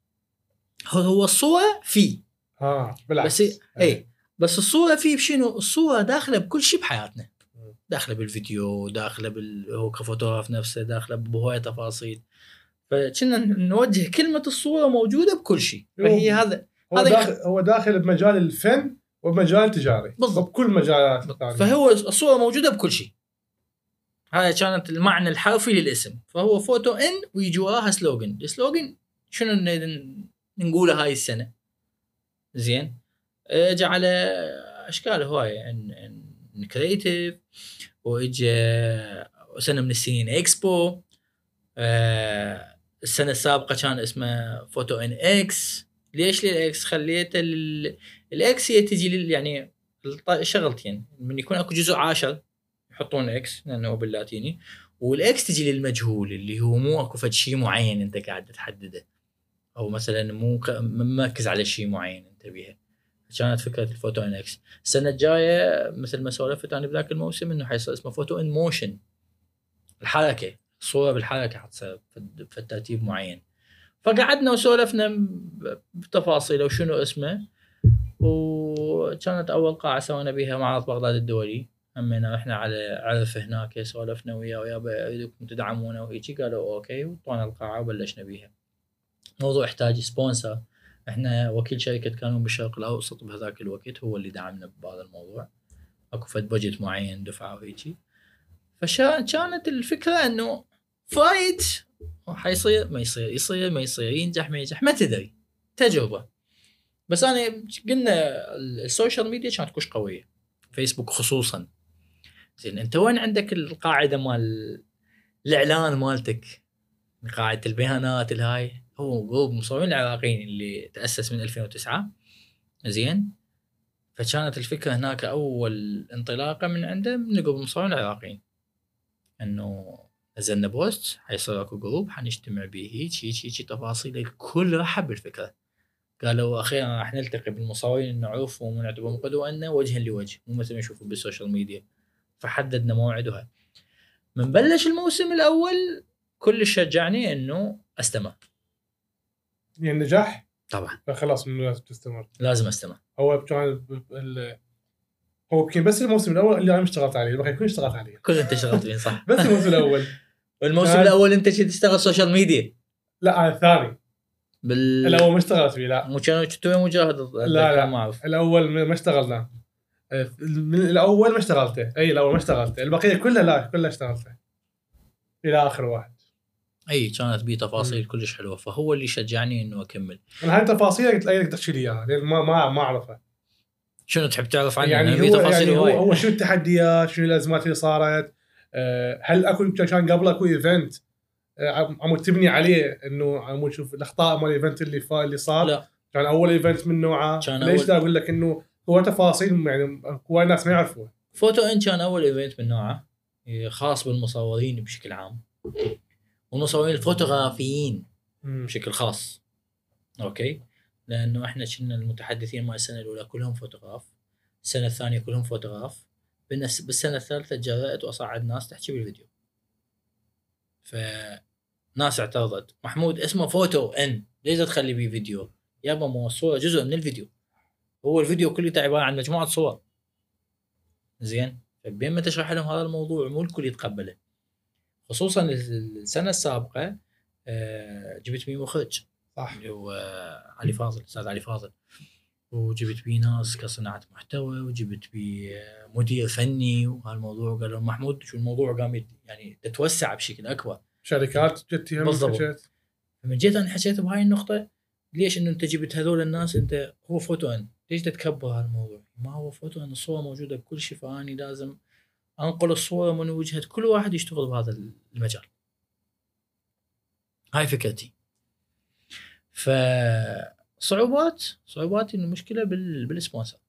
هو هو الصوره فيه اه بالعكس بس اي بس الصوره فيه بشنو؟ الصوره داخله بكل شيء بحياتنا، داخله بالفيديو داخله بال هو كفوتوغراف نفسه داخله بهوايه تفاصيل. فكنا نوجه كلمه الصوره موجوده بكل شيء. فهي هذا هو هذا داخل هو داخل بمجال الفن وبمجال التجاري بالضبط بكل مجالات الثانيه. فهو الصوره موجوده بكل شيء. هاي كانت المعنى الحرفي للاسم. فهو فوتو ان ويجي وراها سلوغن. السلوغن شنو نقوله هاي السنه زين. اجى على اشكال هوايه ان كرييتيف واجى سنه من السنين اكسبو. أه السنه السابقه كان اسمه فوتو ان اكس. ليش للاكس خليت الاكس هي تجي يعني شغلتين، من يكون اكو جزء عاشر يحطون اكس لانه باللاتيني، والاكس تجي للمجهول اللي هو مو اكو فد شيء معين انت قاعد تحدده او مثلا مو مركز على شيء معين انت بيها. كانت فكره الفوتو ان اكس. السنه الجايه مثل ما سولفت انا بذاك الموسم انه حيصير اسمه فوتو ان موشن، الحركه الصوره بالحركه حتصير في الترتيب معين. فقعدنا وسولفنا بتفاصيل وشنو اسمه. وكانت اول قاعه سوينا بها معرض بغداد الدولي همنا احنا على عرف هناك سولفنا وياه ويا اريدكم تدعمونا وهيجي، قالوا اوكي وطونا القاعه وبلشنا بيها. موضوع يحتاج سبونسر، احنا وكيل شركه كانون بالشرق الاوسط بهذاك الوقت هو اللي دعمنا بهذا الموضوع، اكو فد بجت معين دفعه وهيجي. فكانت الفكره انه فايت حيصير ما يصير، يصير ما يصير، ينجح ما ينجح، ما تدري، تجربه. بس انا قلنا السوشيال ميديا كانت كلش قويه، فيسبوك خصوصا. زين انت وين عندك القاعده مال الاعلان مالتك، قاعده البيانات الهاي؟ هو جروب مصورين العراقيين اللي تاسس من ألفين وتسعة. زين فكانت الفكره هناك اول انطلاقه من عنده من جروب مصورين العراقيين، انه نزلنا بوست حيصير اكو جروب حنجتمع به هيك هيك هيك تفاصيل. الكل رحب بالفكره، قالوا اخيرا راح نلتقي بالمصورين اللي نعرفهم ونعتبرهم قدوه لنا وجها لوجه، مو مثل ما نشوفه بالسوشيال ميديا. فحددنا موعد وهاي. من بلش الموسم الاول كل شجعني انه استمر. يعني نجح طبعا فخلاص من لازم تستمر، لازم استمر. هو كان ال... هو يمكن بس الموسم الاول اللي انا اشتغلت عليه، الباقي كله اشتغلت عليه. كل انت اشتغلت فيه صح. بس الموسم الاول. والموسم كان... الاول انت كنت تشتغل سوشيال ميديا؟ لا انا الثاني. بال الاول ما اشتغلت فيه، لا مو كانوا كنتوا مجاهد؟ لا لا ما اعرف. الاول ما اشتغلنا، من الاول ما اشتغلته. اي الاول ما اشتغلته، البقيه كلها لا كلها اشتغلته الى اخر واحد. اي كانت بيه تفاصيل كلش حلوه، فهو اللي شجعني انه اكمل. انا هاي التفاصيل قلت لك تحكي لي اياها لان ما ما ما اعرفها. شنو تحب تعرف عنه؟ يعني هو يعني هو, هو شو التحديات، شنو الازمات اللي صارت، هل اكو كان قبل اكو ايفنت عم تبني عليه انه عم نشوف الاخطاء مال الايفنت اللي فا اللي صار؟ لا كان اول ايفنت من نوعه. ليش لا اقول لك انه هو تفاصيل يعني هو الناس ما يعرفوها. فوتو ان كان اول ايفنت من نوعه خاص بالمصورين بشكل عام، والمصورين الفوتوغرافيين مم. بشكل خاص. اوكي، لانه احنا كنا المتحدثين مع السنه الاولى كلهم فوتوغراف، السنه الثانيه كلهم فوتوغراف، بالسنه الثالثه جرأت واصعد ناس تحكي بالفيديو. فناس اعترضت، محمود اسمه فوتو ان ليش تخلي بيه فيديو؟ يابا مو الصوره جزء من الفيديو، هو الفيديو كله عباره عن مجموعه صور. زين فبين ما تشرح لهم هذا الموضوع مو الكل يتقبله. خصوصا السنه السابقه جبت بيه مخرج صح اللي هو علي فاضل، استاذ علي فاضل، وجبت بيه ناس كصناعه محتوى، وجبت بيه مدير فني، وهالموضوع قالوا محمود شو الموضوع قام يعني تتوسع بشكل اكبر، شركات جت هم حكيت. فمن جيت انا حكيت بهاي النقطه، ليش انه انت جبت هذول الناس؟ انت هو فوتو ان ليش تتكبر هالموضوع؟ ما هو فوتو ان الصوره موجوده بكل شيء، فاني لازم انقل الصوره من وجهه كل واحد يشتغل بهذا المجال. هاي فكرتي. فصعوبات صعوبات انه مشكله بال بالسبونسر.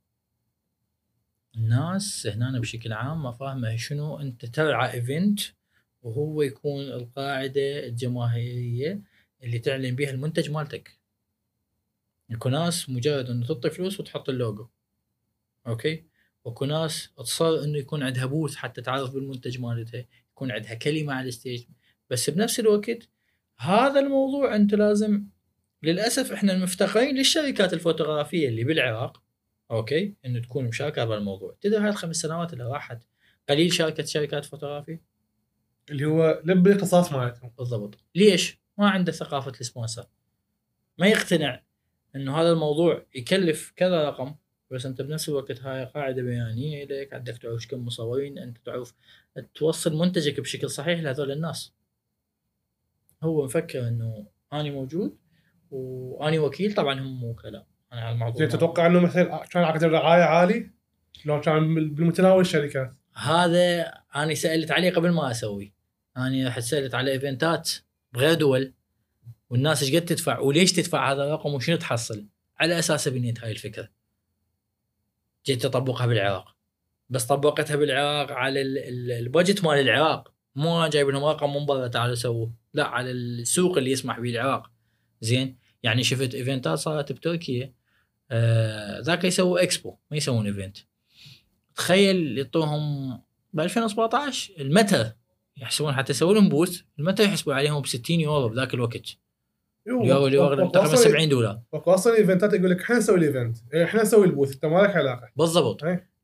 الناس هنا بشكل عام ما فاهمه شنو انت ترعى ايفنت وهو يكون القاعده الجماهيريه اللي تعلن بها المنتج مالتك. يكون ناس مجرد انه تعطي فلوس وتحط اللوجو، اوكي، وكو ناس تصر انه يكون عندها بوث حتى تعرف بالمنتج مالتها، يكون عندها كلمه على الستيج. بس بنفس الوقت هذا الموضوع انت لازم، للاسف احنا المفتقرين للشركات الفوتوغرافيه اللي بالعراق، اوكي، انه تكون مشاركه بالموضوع. تدري هاي الخمس سنوات اللي راحت قليل شاركت شركات فوتوغرافيه اللي هو لبي قصاص مالتهم. بالضبط. ليش؟ ما عنده ثقافه السبونسر، ما يقتنع انه هذا الموضوع يكلف كذا رقم، بس انت بنفس الوقت هاي قاعده بيانيه لك، عندك تعرف كم مصورين، انت تعرف توصل منتجك بشكل صحيح لهذول الناس. هو مفكر انه اني موجود واني وكيل، طبعا هم وكلاء. انا على الموضوع تتوقع انه مثلا كان عقد الرعايه عالي لو كان بالمتناول الشركات؟ هذا انا سالت عليه قبل ما اسوي. انا رحت سالت على ايفنتات بغير دول والناس ايش قد تدفع وليش تدفع هذا الرقم وشنو تحصل، على اساسه بنيت هاي الفكره. جيت اطبقها بالعراق، بس طبقتها بالعراق على البادجت مال العراق، مو جايب لهم رقم من برا تعالوا سووا، لا على السوق اللي يسمح به العراق. زين يعني شفت ايفنتات صارت بتركيا آه ذاك يسووا اكسبو، ما يسوون ايفنت. تخيل يعطوهم ب ألفين وسبعطعش المتر يحسبون حتى يسوون لهم بوث، المتر يحسبوا عليهم ب ستين يورو بذاك الوقت. اليورو اللي هو تقريبا سبعين دولار. واصلا ايفنتات يقول لك احنا نسوي الايفنت، احنا نسوي البوث، انت ما لك علاقه. بالضبط.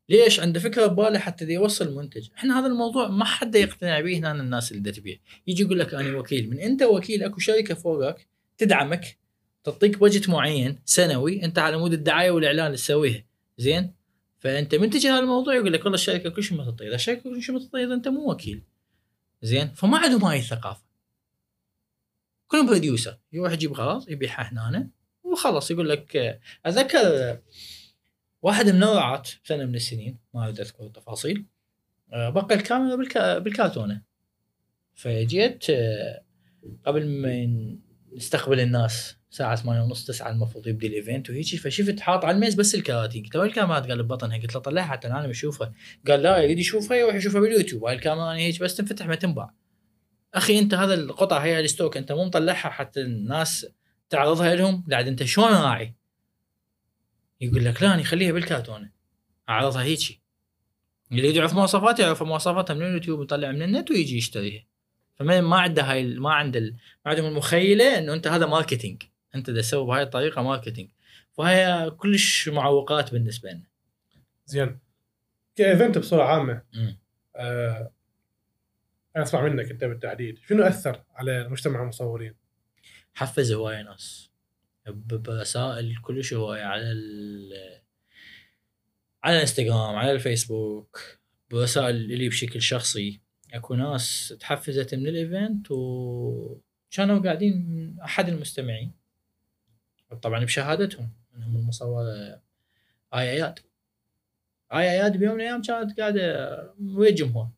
ليش عنده فكره بباله حتى دي يوصل منتج. احنا هذا الموضوع ما حد يقتنع به هنا الناس اللي تبيع، يجي يقول لك انا وكيل. من انت وكيل اكو شركه فوقك تدعمك تعطيك بجت معين سنوي انت على مود الدعايه والاعلان اللي تسويها زين. فانت من تجي هذا الموضوع يقول لك والله الشركه كل شيء ما تعطيه، الشركه كل شيء ما تعطيه انت مو وكيل زين. فما عندهم هاي الثقافه، كلهم بروديوسر يروح يجيب غراض يبيعها هنا وخلص. يقول لك اذكر واحد من الرعاة سنه من السنين ما اريد اذكر التفاصيل بقى الكاميرا بالكا... بالكارتونه. فجيت قبل ما نستقبل الناس الساعه ثمانية ونص تسعة المفروض يبدي الايفنت وهيجي، فشفت حاط على الميز بس الكراتين. قلت له الكاميرات قال ببطنها، قلت له طلعها حتى انا بشوفها. قال لا يريد يشوفها يروح يشوفها باليوتيوب، هاي الكاميرا يعني هيك بس تنفتح ما تنباع. اخي انت هذا القطع هي الستوك انت مو مطلعها حتى الناس تعرضها لهم، بعد انت شلون راعي؟ يقول لك لا انا خليها بالكرتونه اعرضها هيجي، اللي يعرف مواصفاتها يعرف مواصفاتها من اليوتيوب يطلع من النت ويجي يشتريها. فما ما عنده هاي ما عند ال... ما عندهم المخيله انه انت هذا ماركتينج، انت دا تسوي بهاي الطريقه ماركتينج. فهي كلش معوقات بالنسبه لنا. زين كايفنت بصوره عامه آه... انا اسمع منك انت بالتحديد شنو اثر على مجتمع المصورين؟ حفز هوايه ناس برسائل كلش هوايه على ال... على الانستغرام على الفيسبوك، برسائل اللي بشكل شخصي. اكو ناس تحفزت من الايفنت وكانوا قاعدين من احد المستمعين طبعا بشهادتهم انهم المصورة آي اياد. آي اياد بيوم من الايام كانت قاعده ويا الجمهور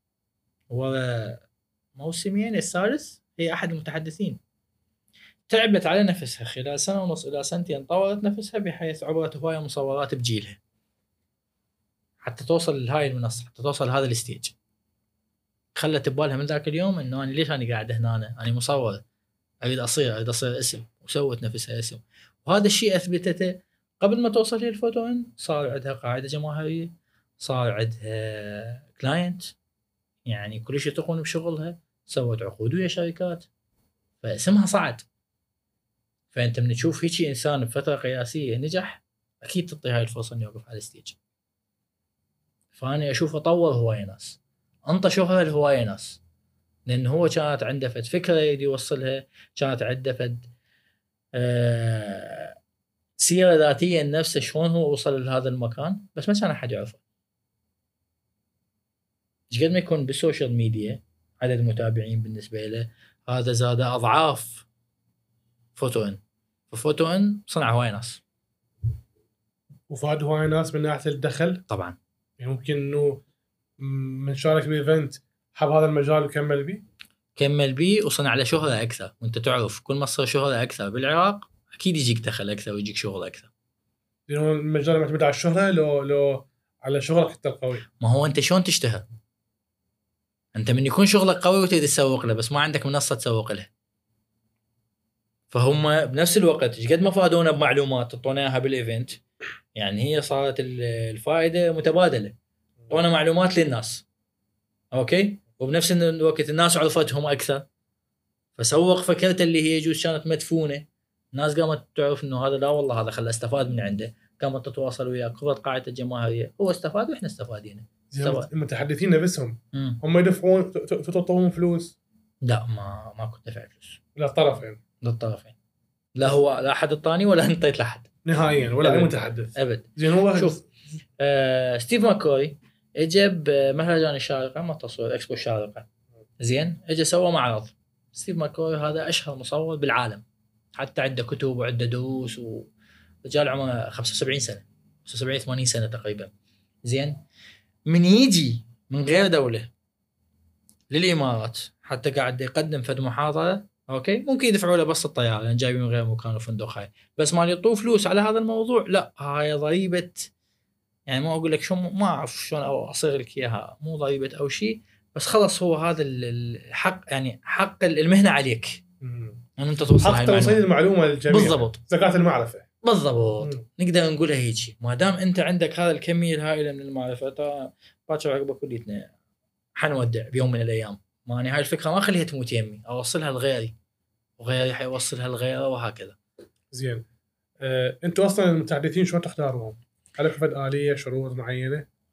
وموسمين الثالث هي احد المتحدثين. تعبت على نفسها خلال سنه ونص الى سنتين، طورت نفسها بحيث عبرت هوايه مصورات بجيلها حتى توصل لهاي المنصه، حتى توصل لهذا الستيج. خلت ببالها من ذاك اليوم انه انا ليش انا قاعده هنا، انا, أنا مصور اريد اصير اريد اصير اسم، وسوت نفسها اسم. وهذا الشيء اثبتته قبل ما توصل للفوتو ان صار عندها قاعده جماهيريه، صار عندها كلاينت يعني كل شيء يثقون بشغلها، سوت عقود ويا شركات فاسمها صعد. فانت من تشوف هيك انسان بفتره قياسيه نجح اكيد تعطي هاي الفرصه انه يوقف على الستيج. فانا اشوف اطور هوايه ناس انطى شهره الهوايه ناس، لان هو كانت عنده فد فكره يريد يوصلها، كانت عنده فد آه سيره ذاتيه لنفسه شلون هو وصل لهذا المكان، بس ما كان احد يعرفه. ايش قد ما يكون بالسوشيال ميديا عدد متابعين بالنسبه له هذا زاد اضعاف فوتو ان. ففوتو ان صنع هوايه ناس وفاد هوايه ناس من ناحيه الدخل طبعا. يعني ممكن انه من شارك بايفنت حب هذا المجال وكمل بيه كمل بيه وصنع له شهره اكثر. وانت تعرف كل ما صار شهره اكثر بالعراق اكيد يجيك دخل اكثر ويجيك شغل اكثر، لانه المجال معتمد على الشهره لو لو على شغلك انت القوي. ما هو انت شلون تشتهر؟ انت من يكون شغلك قوي وتريد تسوق له بس ما عندك منصه تسوق له. فهم بنفس الوقت ايش قد ما فادونا بمعلومات اعطوناها بالايفنت، يعني هي صارت الفائده متبادله، اعطونا معلومات للناس اوكي، وبنفس الوقت الناس عرفتهم اكثر فسوق فكرته اللي هي يجوز كانت مدفونه. الناس قامت تعرف انه هذا لا والله هذا خلى استفاد من عنده، قامت تتواصل وياه، كبرت قاعده الجماهيريه، هو استفاد واحنا استفادينا. المتحدثين نفسهم هم يدفعون تعطوهم فلوس؟ لا ما ما كنت دافع فلوس للطرفين للطرفين، لا هو لا احد الطاني ولا انت طيت لحد نهائيا ولا اي متحدث ابد. زين هو شوف آه ستيف ماكوري اجى مهرجان الشارقه ما تصوير اكسبو الشارقه زين، اجى سوى معرض. ستيف ماكوري هذا اشهر مصور بالعالم، حتى عنده كتب وعنده دروس، ورجال عمره خمسة وسبعين سنه خمسة وسبعين ثمانين سنه تقريبا زين. من يجي من غير دوله للامارات حتى قاعد يقدم فد محاضره اوكي، ممكن يدفعوا له بس الطياره لان جايبين من غير مكان وفندق هاي، بس ما يعطوه فلوس على هذا الموضوع. لا هاي ضريبه، يعني ما اقول لك شو ما اعرف شلون اصيغ لك اياها، مو ضريبه او شيء، بس خلص هو هذا الحق، يعني حق المهنه عليك ان انت توصل هاي المعلومه، توصيل المعلومه للجميع بالضبط، زكاه المعرفه بالضبط. مم. نقدر نقولها هيك، ما دام انت عندك هذا الكميه الهائله من المعرفه باكر عقبه كليتنا حنودع بيوم من الايام. ما انا هاي الفكره ما اخليها تموت يمي، اوصلها لغيري وغيري حيوصلها لغيره وهكذا. زين أه، انتوا اصلا المتحدثين شلون تختاروهم؟ هل فد آلية شروط معينه؟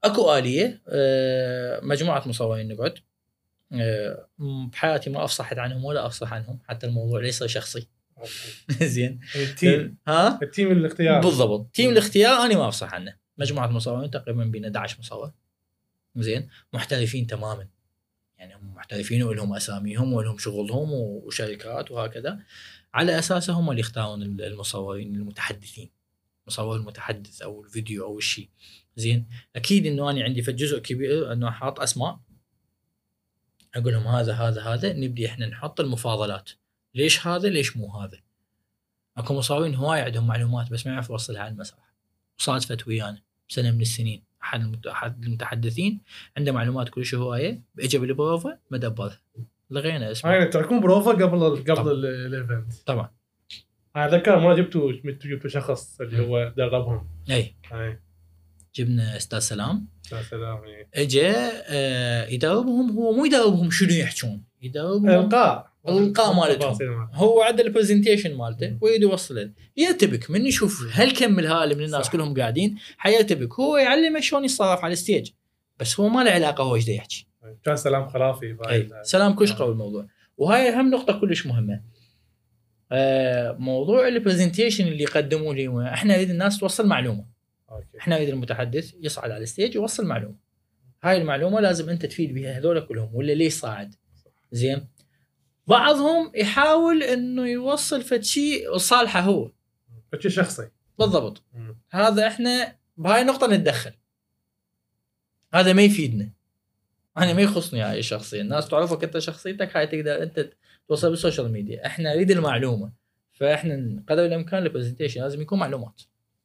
اكو آلية مجموعة مصورين نقعد بحياتي ما افصحت عنهم ولا افصح عنهم حتى الموضوع ليس شخصي. زين التيم ها التيم الاختيار بالضبط تيم الاختيار انا ما افصح عنه. مجموعة مصورين تقريبا بين أحد عشر مصور زين محترفين تماما يعني هم محترفين ولهم اساميهم ولهم شغلهم وشركات وهكذا على اساسه هم اللي يختارون المصورين المتحدثين مصور المتحدث او الفيديو او الشيء زين. اكيد انه انا عندي في جزء كبير انه حاط اسماء اقول لهم هذا هذا هذا نبدي احنا نحط المفاضلات ليش هذا ليش مو هذا. اكو مصورين هواي عندهم معلومات بس ما يعرف يوصلها على المسرح. صادفت ويانا سنه من السنين احد احد المتحدثين عنده معلومات كل شيء هوايه اجى بالبروفا ما دبرها لغينا اسمه. يعني تركون بروفا قبل قبل الايفنت طبعا. هذا كان ما جبتوا جبتوا شخص اللي هو دربهم. اي اي جبنا استاذ سلام. استاذ سلام اي اجى آه يدربهم. هو مو يدربهم شنو يحجون يدربهم القاء القاء مالتهم. هو عدل البرزنتيشن مالته ويريد يوصله يرتبك من يشوف هل كمل هالي من الناس صح. كلهم قاعدين حيرتبك. هو يعلمه شلون يتصرف على الستيج بس هو ما له علاقه هو ايش يحكي. كان سلام خرافي أي. سلام كشقه بالموضوع. وهاي اهم نقطه كلش مهمه. آه موضوع البرزنتيشن اللي يقدموه لي احنا نريد الناس توصل معلومه. أوكي. احنا نريد المتحدث يصعد على الستيج ويوصل معلومه. هاي المعلومه لازم انت تفيد بها هذول كلهم ولا ليش صاعد زين. بعضهم يحاول انه يوصل فشي صالحه هو فشي شخصي بالضبط. م. هذا احنا بهاي النقطه نتدخل. هذا ما يفيدنا. انا ما يخصني هاي الشخصيه. الناس تعرفك انت شخصيتك هاي تقدر انت توصل بالسوشيال ميديا. احنا نريد المعلومه فاحنا قدر الامكان البرزنتيشن لازم يكون معلومات.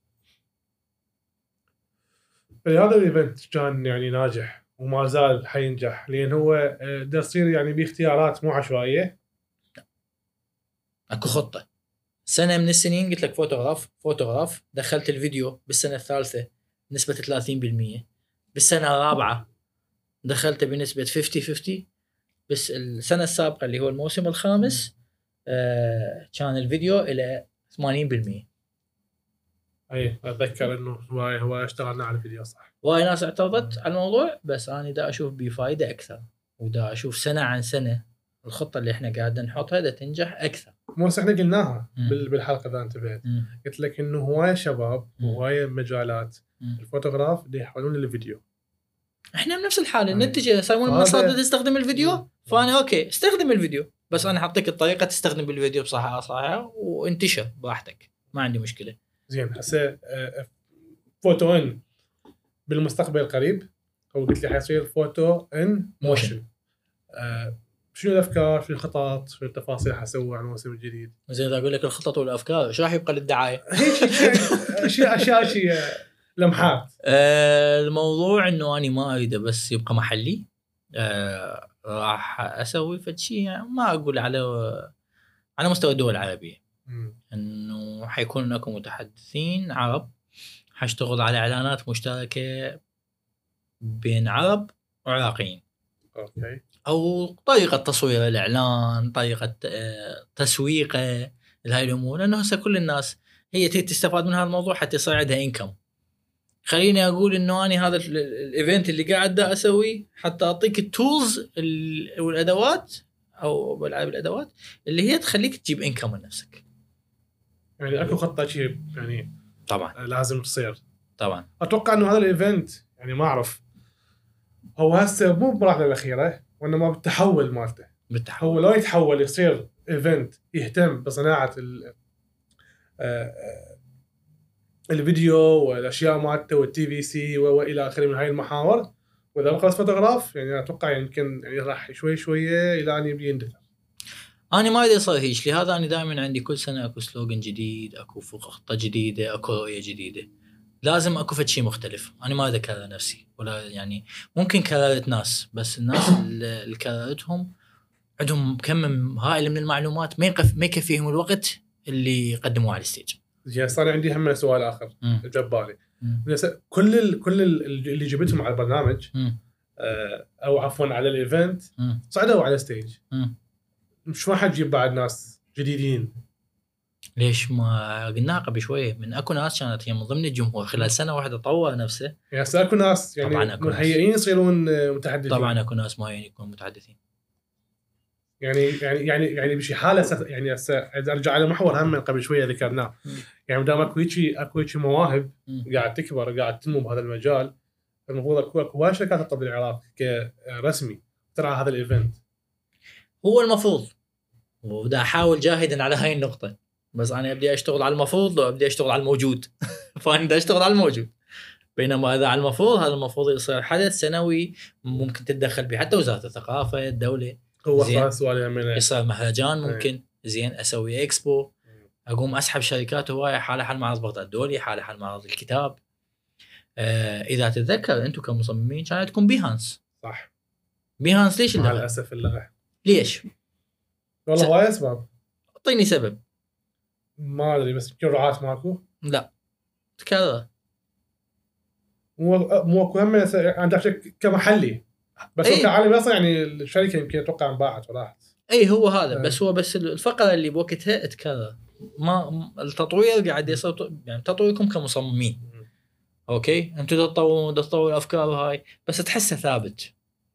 هذا الايفنت كان يعني ناجح وما زال حينجح لان هو دا يصير يعني باختيارات مو عشوائيه. اكو خطه. سنه من السنين قلت لك فوتوغراف فوتوغراف دخلت الفيديو بالسنه الثالثه نسبه ثلاثين بالمية. بالسنه الرابعه دخلته بنسبه خمسين خمسين. بس السنه السابقه اللي هو الموسم الخامس آه كان الفيديو الى ثمانين بالمية. اي اتذكر انه هو هو اشتغلنا على الفيديو صح. وايد ناس اعترضت على الموضوع بس انا دا اشوف بفائده اكثر ودا اشوف سنه عن سنه الخطه اللي احنا قاعدين نحطها دا تنجح اكثر. مو احنا قلناها بالحلقه اذا انتبهت قلت لك انه هوايه شباب وهوايه مجالات مم. الفوتوغراف دي يحولون للفيديو. احنا بنفس الحاله نتجه يسوون منصات تستخدم الفيديو مم. فانا اوكي استخدم الفيديو بس انا حاعطيك الطريقه تستخدم بالفيديو بصحه صحيحه وانتشر براحتك ما عندي مشكله. زين هسه فوتو ان بالمستقبل القريب او قلت لي حيصير فوتو ان موشن. أه شنو الافكار شنو الخطط شنو التفاصيل حسوي على الموسم الجديد؟ زين اذا اقول لك الخطط والافكار ايش راح يبقى للدعايه؟ اشياء اشياء شيء لمحات. أه الموضوع انه انا ما اريد بس يبقى محلي. أه راح اسوي فد شيء يعني ما اقول على على مستوى الدول العربيه. م. انه حيكون هناك متحدثين عرب حاشتغل على اعلانات مشتركه بين عرب وعراقيين. اوكي. او طريقه تصوير الاعلان طريقه تسويقه لهي الامور لانه هسه كل الناس هي تستفاد من هذا الموضوع حتى يصير عندها انكم. خليني اقول انه انا هذا الايفنت اللي قاعد دا اسوي حتى اعطيك التولز والادوات او بالعاب الادوات اللي هي تخليك تجيب انكم من نفسك. يعني اكو خطه شيء يعني طبعا لازم تصير. طبعا اتوقع انه هذا الايفنت يعني ما اعرف هو هسه مو بمراحله الاخيره وانما بالتحول مالته. بالتحول هو لو يتحول يصير ايفنت يهتم بصناعه الفيديو والاشياء مالته والتي في سي والى اخره من هاي المحاور. واذا خلص فوتوغراف يعني اتوقع يمكن يعني راح شوي شويه الى ان يبي يندثر. انا ما ادري صار هيك لهذا انا دائما عندي كل سنه اكو سلوغن جديد اكو خطه جديده اكو رؤيه جديده. لازم اكو فد شيء مختلف. انا ما اذكر نفسي ولا يعني ممكن كررت ناس بس الناس اللي كررتهم عندهم كم هائل من المعلومات ما يقف ما يكفيهم الوقت اللي يقدموه على الستيج. يعني صار عندي هم سؤال اخر جبالي. كل ال كل ال اللي جبتهم على البرنامج آه او عفوا على الايفنت صعدوا على الستيج. مش ما حد يجيب بعد ناس جديدين ليش ما قلناها قبل شويه؟ من اكو ناس كانت هي من ضمن الجمهور خلال سنه واحده طور نفسه. يعني هسه اكو ناس يعني طبعاً أكو ناس. مهيئين يصيرون متحدثين. طبعا اكو ناس مهيئين يكونوا متحدثين. يعني يعني يعني يعني بشي حاله س- يعني هسه اذا ارجع على محور هم من قبل شويه ذكرناه، يعني دام اكو هيك اكو هيك مواهب م. قاعد تكبر قاعد تنمو بهذا المجال، المفروض اكو اكو هواي شركات تطبق بالعراق كرسمي ترعى هذا الايفنت. هو المفروض، ودا احاول جاهدا على هاي النقطه، بس انا ابدي اشتغل على المفروض وابدي اشتغل على الموجود. فانا بدي اشتغل على الموجود، بينما اذا على المفروض هذا المفروض يصير حدث سنوي ممكن تتدخل به حتى وزاره الثقافه الدوله. هو زين. هذا السؤال من يصير مهرجان ممكن. زين. اسوي اكسبو، اقوم اسحب شركات هوايه، حاله حال معرض بغداد الدولي، حاله حال معرض الكتاب. آه اذا تتذكر انتم كمصممين كانت تكون بيهانس. صح. بيهانس ليش مع اللي الاسف لا. ليش؟ والله هواي اسباب. اعطيني سبب. ما ادري بس يمكن رعاة ماكو. لا تكرر. مو مو اكو هم عندك كمحلي، بس أيه. هو كعالمي اصلا يعني الشركه يمكن اتوقع انباعت وراحت. اي هو هذا. أيه. بس هو بس الفقره اللي بوقتها تكرر. ما التطوير قاعد يصير، يعني تطويركم كمصممين اوكي، انتم تطورون تطوروا الافكار هاي، بس تحسه ثابت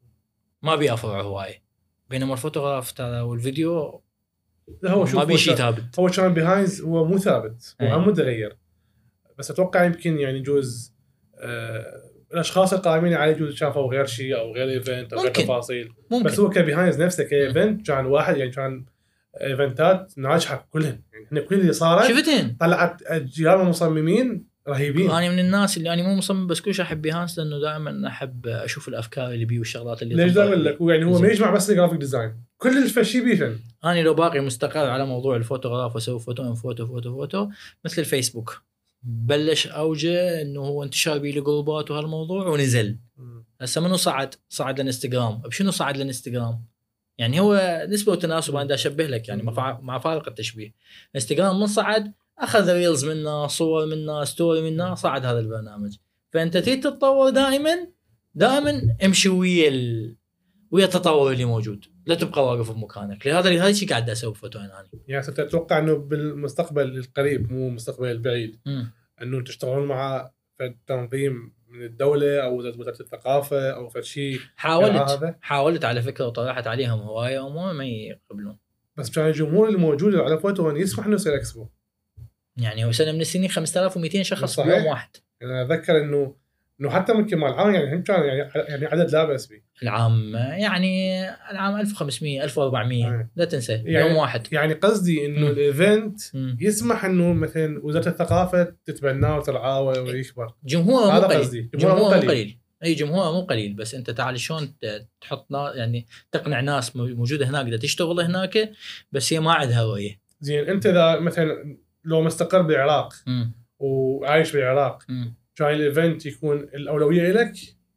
ما بيأفرع هواي. بينما الفوتوغراف ترى والفيديو لا هو ما بيشي ثابت. هو كان بيهاينز هو مو ثابت، هو أيه. هم متغير. بس اتوقع يمكن يعني يجوز آه الاشخاص القائمين عليه يجوز شافوا غير شيء او غير ايفنت او غير تفاصيل. ممكن. بس هو كبيهاينز نفسه كايفنت كان واحد، يعني كان ايفنتات ناجحه كلهن، يعني هن كل اللي صارت شفتين طلعت اجيال مصممين رهيبين. انا من الناس اللي انا مو مصمم بس كلش احب بيهانس، لانه دائما احب اشوف الافكار اللي بيه والشغلات اللي ليش تنطرح اقول لك يعني هو ما يجمع بس الجرافيك ديزاين، كل الفشي بيفن. انا لو باقي مستقر على موضوع الفوتوغراف واسوي فوتو ان فوتو فوتو فوتو مثل الفيسبوك، بلش اوجه انه هو انتشار بيه الجروبات وهالموضوع ونزل. هسه منو صعد؟ صعد للانستغرام. بشنو صعد للانستغرام؟ يعني هو نسبه وتناسب. انا اشبه لك يعني مع فارق التشبيه. انستغرام من صعد اخذ ريلز منا، صور منا، ستوري منا، صعد هذا البرنامج. فانت تريد تتطور دائما دائما امشي ويا ال... ويا التطور اللي موجود، لا تبقى واقف بمكانك. لهذا هذا الشيء قاعد اسوي فوتو اناني. يعني تتوقع انه بالمستقبل القريب مو المستقبل البعيد م. انه تشتغلون مع تنظيم من الدوله او وزاره الثقافه او فشي؟ حاولت حاولت على فكره وطرحت عليهم هوايه وما ما يقبلون. بس كان الجمهور الموجود على فوتو ان يسمح انه يصير اكسبو. يعني هو سنه من السنين خمسة آلاف ومئتين شخص بيوم واحد. يعني اتذكر انه انه حتى ممكن مع العام يعني هم كان يعني يعني عدد لا باس به. العام يعني العام ألف وخمسمية ألف وأربعمية آه. لا تنسى يعني يوم واحد. يعني قصدي انه الايفنت يسمح انه مثلا وزاره الثقافه تتبناه وترعاه ويكبر. جمهوره مو قليل. قصدي جمهوره مو قليل. قليل اي جمهوره مو قليل، بس انت تعال شلون تحط يعني تقنع ناس موجوده هناك بدها تشتغل هناك بس هي ما عندها رؤيه. زين انت اذا مثلا لو مستقر بالعراق م. وعايش بالعراق م. كان الايفنت يكون الاولويه لك؟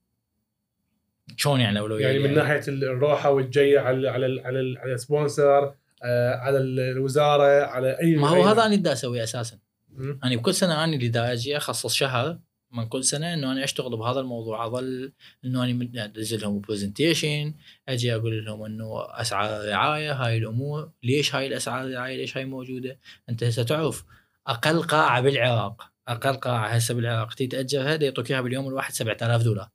شلون يعني الاولويه؟ يعني من يعني ناحيه الروحه والجايه على على على على السبونسر، آه على الوزاره، على اي. ما هو هذا انا بدي اسويه اساسا. م. انا بكل سنه انا اللي دا اجي اخصص شهر من كل سنه انه انا اشتغل بهذا الموضوع. اظل انه انا ادز لهم برزنتيشن، اجي اقول لهم انه اسعار الرعايه هاي الامور، ليش هاي الاسعار الرعايه ليش هاي موجوده. انت هسه تعرف اقل قاعه بالعراق، اقل قاعه هسه بالعراق تتاجرها يعطوك اياها باليوم الواحد سبعة آلاف دولار.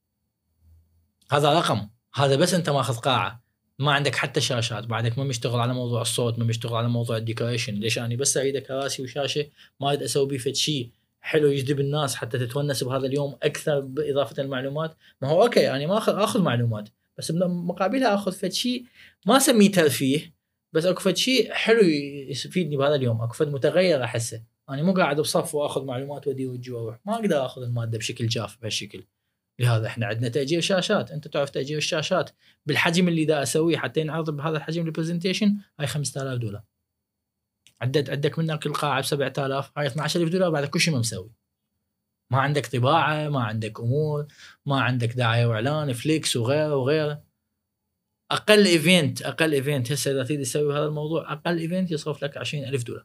هذا رقم، هذا بس انت ماخذ قاعه، ما عندك حتى شاشات، بعدك ما مشتغل على موضوع الصوت، ما مشتغل على موضوع الديكوريشن. ليش انا بس اريد كراسي وشاشه، ما اريد اسوي بيه فد شيء حلو يجذب الناس حتى تتونس بهذا اليوم اكثر باضافه المعلومات. ما هو اوكي انا يعني ما اخذ اخذ معلومات، بس مقابلها اخذ فد شيء ما اسميه ترفيه، بس اكو فد شيء حلو يفيدني بهذا اليوم، اكو فد متغير احسه. انا يعني مو قاعد بصف واخذ معلومات ودي وجي واروح، ما اقدر اخذ الماده بشكل جاف بهالشكل. لهذا احنا عندنا تاجير شاشات. انت تعرف تاجير الشاشات بالحجم اللي دا اسويه حتى ينعرض بهذا الحجم البرزنتيشن هاي خمسة آلاف دولار. عدد عندك منها كل قاعه ب سبعة آلاف، هاي اثني عشر ألف دولار بعد كل شيء ما مسوي. ما عندك طباعه، ما عندك امور، ما عندك دعايه واعلان، فليكس وغيره وغيره. اقل ايفنت اقل ايفنت هسه اذا تريد تسوي هذا الموضوع اقل ايفنت يصرف لك عشرين ألف دولار.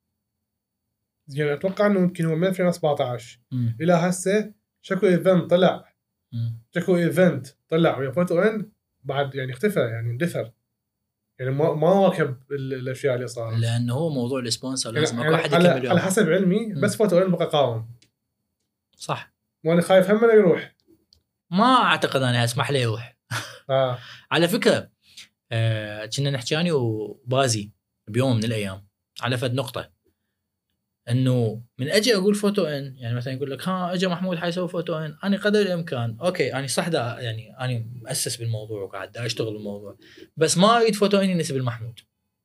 يعني اتوقع انه يمكن من ألفين وسبعة عشر الى هسه شكو ايفنت طلع شكو ايفنت طلع ويا فوتو ان بعد يعني اختفى، يعني اندثر. يعني ما ما واكب ال- الاشياء اللي صارت. لانه هو موضوع السبونسر يعني لازم اكو يعني احد على, يكمل على وياه. حسب علمي بس فوتو ان بقى قاوم. صح. وانا خايف هم انه يروح. ما اعتقد انا اسمح له يروح. اه على فكره آه، كنا نحكي اني وبازي بيوم من الايام على فد نقطه، انه من اجي اقول فوتو ان، يعني مثلا يقول لك ها اجى محمود حيسوي فوتو ان، انا قدر الامكان اوكي انا صح دا يعني انا مؤسس بالموضوع وقاعد دا اشتغل بالموضوع، بس ما اريد فوتو ان ينسب المحمود.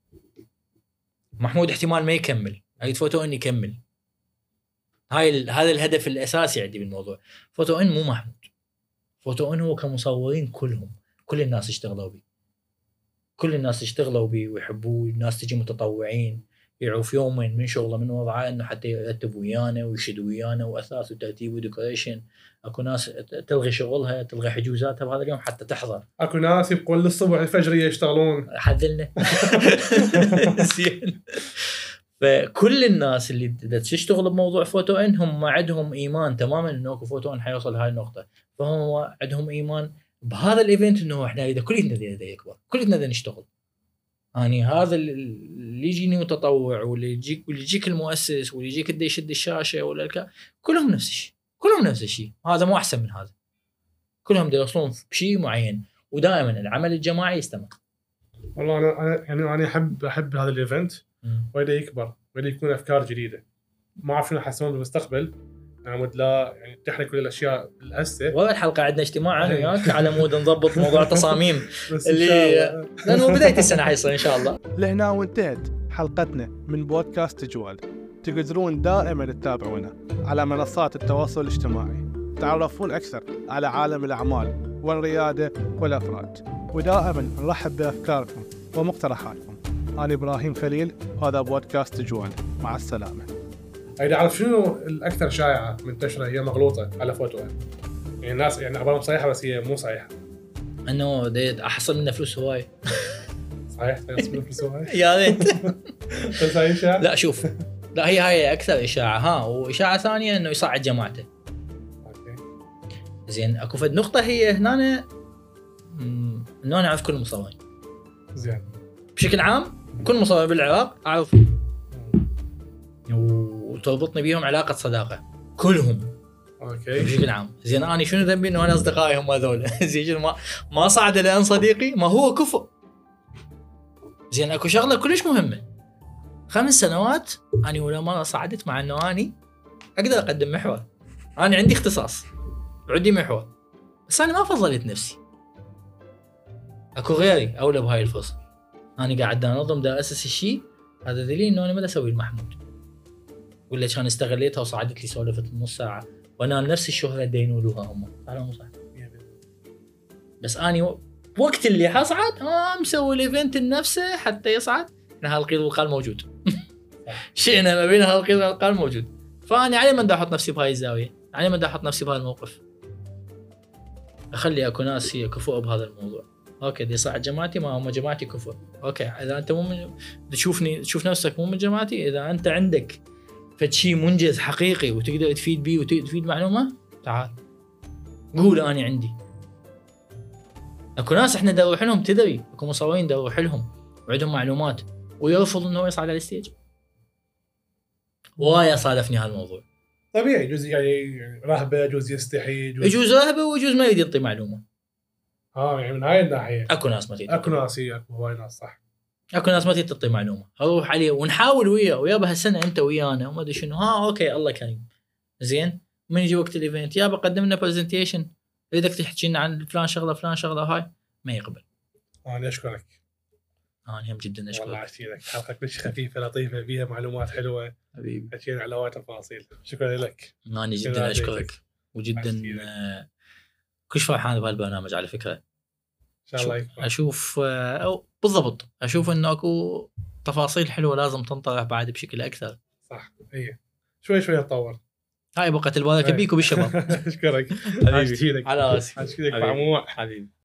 محمود احتمال ما يكمل، اريد فوتو ان يكمل. هاي ال... هذا الهدف الاساسي عندي بالموضوع. فوتو ان مو محمود، فوتو ان هو كمصورين كلهم، كل الناس اشتغلوا بي، كل الناس اشتغلوا بي ويحبوه. الناس تجي متطوعين يعرف يومين من شغله من وضعه انه حتى يرتب ويانا ويشد ويانا واثاث وترتيب وديكوريشن. اكو ناس تلغي شغلها تلغي حجوزاتها بهذا اليوم حتى تحضر. اكو ناس يبقون للصبح الفجريه يشتغلون. حذلنا. زين. فكل الناس اللي تشتغل بموضوع فوتو ان هم عندهم ايمان تماما انه اكو فوتو ان حيوصل هاي النقطه، فهم عندهم ايمان بهذا الايفنت انه احنا اذا كلنا اذا يكبر كلنا اذا نشتغل. يعني هذا اللي يجيني متطوع واللي يجيك واللي يجيك المؤسس واللي يجيك اللي يشد الشاشه ولا الك... كلهم نفس الشيء، كلهم نفس الشيء. هذا مو احسن من هذا، كلهم يوصلون بشيء معين، ودائما العمل الجماعي يستمر. والله انا أنا يعني انا احب احب هذا الايفنت ويدا يكبر ويدا يكون افكار جديده. ما اعرف شنو حسون بالمستقبل. انا مود لا يعني تحرق كل الاشياء الهسه. ولا الحلقه عندنا اجتماع انا وياك على مود نضبط موضوع تصاميم اللي لانه بدايه السنه حيصير ان شاء الله. لهنا وانتهت حلقتنا من بودكاست جوال. تقدرون دائما تتابعونا على منصات التواصل الاجتماعي، تعرفون اكثر على عالم الاعمال والرياده والافراد، ودائما نرحب بافكاركم ومقترحاتكم. انا ابراهيم خليل، وهذا بودكاست جوال. مع السلامه. اريد اعرف شنو الاكثر شائعه منتشره هي مغلوطه على فوتو ان. يعني الناس يعني عبارة صحيحه بس هي مو صحيحه. انه ديت احصل منه فلوس هواي. صحيح تحصل فلوس هواي. يا ريت. بس هاي اشاعه. لا شوف، لا هي هاي اكثر اشاعه. ها واشاعه ثانيه انه يصعد جماعته. اوكي زين اكو فد نقطه هي هنا انه انا اعرف كل المصورين. زين بشكل عام كل مصور بالعراق اعرف وتربطني بيهم علاقه صداقه كلهم. اوكي بشكل عام. زين انا شنو ذنبي انه انا اصدقائي هم هذول؟ زين ما ما صعد لان صديقي ما هو كفؤ. زين اكو شغله كلش مهمه، خمس سنوات اني ولا مره صعدت مع انه اني اقدر اقدم محور، انا عندي اختصاص وعندي محور، بس انا ما فضلت نفسي. اكو غيري اولى بهاي الفرصه. انا قاعد انظم دا اسس الشيء هذا دليل انه انا ما اسوي المحمود، ولا كان استغليتها وصعدت لي سولفت نص ساعه وانا نفس الشهره دينولوها هم. صح مو صح؟ بس اني وقت اللي حصعد ها مسوي الايفنت لنفسه حتى يصعد. احنا هالقيد والقال موجود. شئنا ما بين هالقيد والقال موجود. فاني علي ما بدي احط نفسي بهاي الزاويه، علي ما بدي احط نفسي بهذا الموقف. اخلي اكو ناس هي كفؤ بهذا الموضوع. اوكي دي صعد جماعتي، ما هم جماعتي كفؤ. اوكي اذا انت مو من... تشوفني تشوف نفسك مو من جماعتي، اذا انت عندك فشي منجز حقيقي وتقدر تفيد بيه وتفيد معلومه، تعال قول انا عندي. اكو ناس احنا نروح لهم تدري، اكو مصورين نروح لهم وعندهم معلومات ويرفض انه يصعد على الستيج. وايا صادفني هالموضوع. طبيعي يجوز يعني رهبه، يجوز يستحي، يجوز يجوز رهبه ويجوز ما يريد يعطي معلومه. اه يعني من هاي الناحيه اكو ناس ما تريد، اكو ناس هي اكو هواي ناس صح، اكو ناس ما تريد تعطي معلومه. اروح عليه ونحاول وياه ويا بهالسنه انت ويانا وما ادري شنو. ها اوكي الله كريم. زين من يجي وقت الايفنت يابا قدم لنا برزنتيشن، اريدك تحكي لنا عن فلان شغله فلان شغله، هاي ما يقبل. انا اشكرك. انا هم جدا اشكرك. والله عشتينك حلقه كلش خفيفه لطيفه فيها معلومات حلوه حبيبي. حكينا على وايد تفاصيل. شكرا لك. انا جدا اشكرك وجدا آه كلش فرحان بهالبرنامج على فكره. ان شاء الله يكبر. اشوف آه او بالضبط اشوف انه اكو تفاصيل حلوه لازم تنطرح بعد بشكل اكثر. صح اي شوي شوي نطور. هاي بقت البركه بيك وبالشباب. اشكرك حبيبي على راسي. اشكرك معموع حبيبي.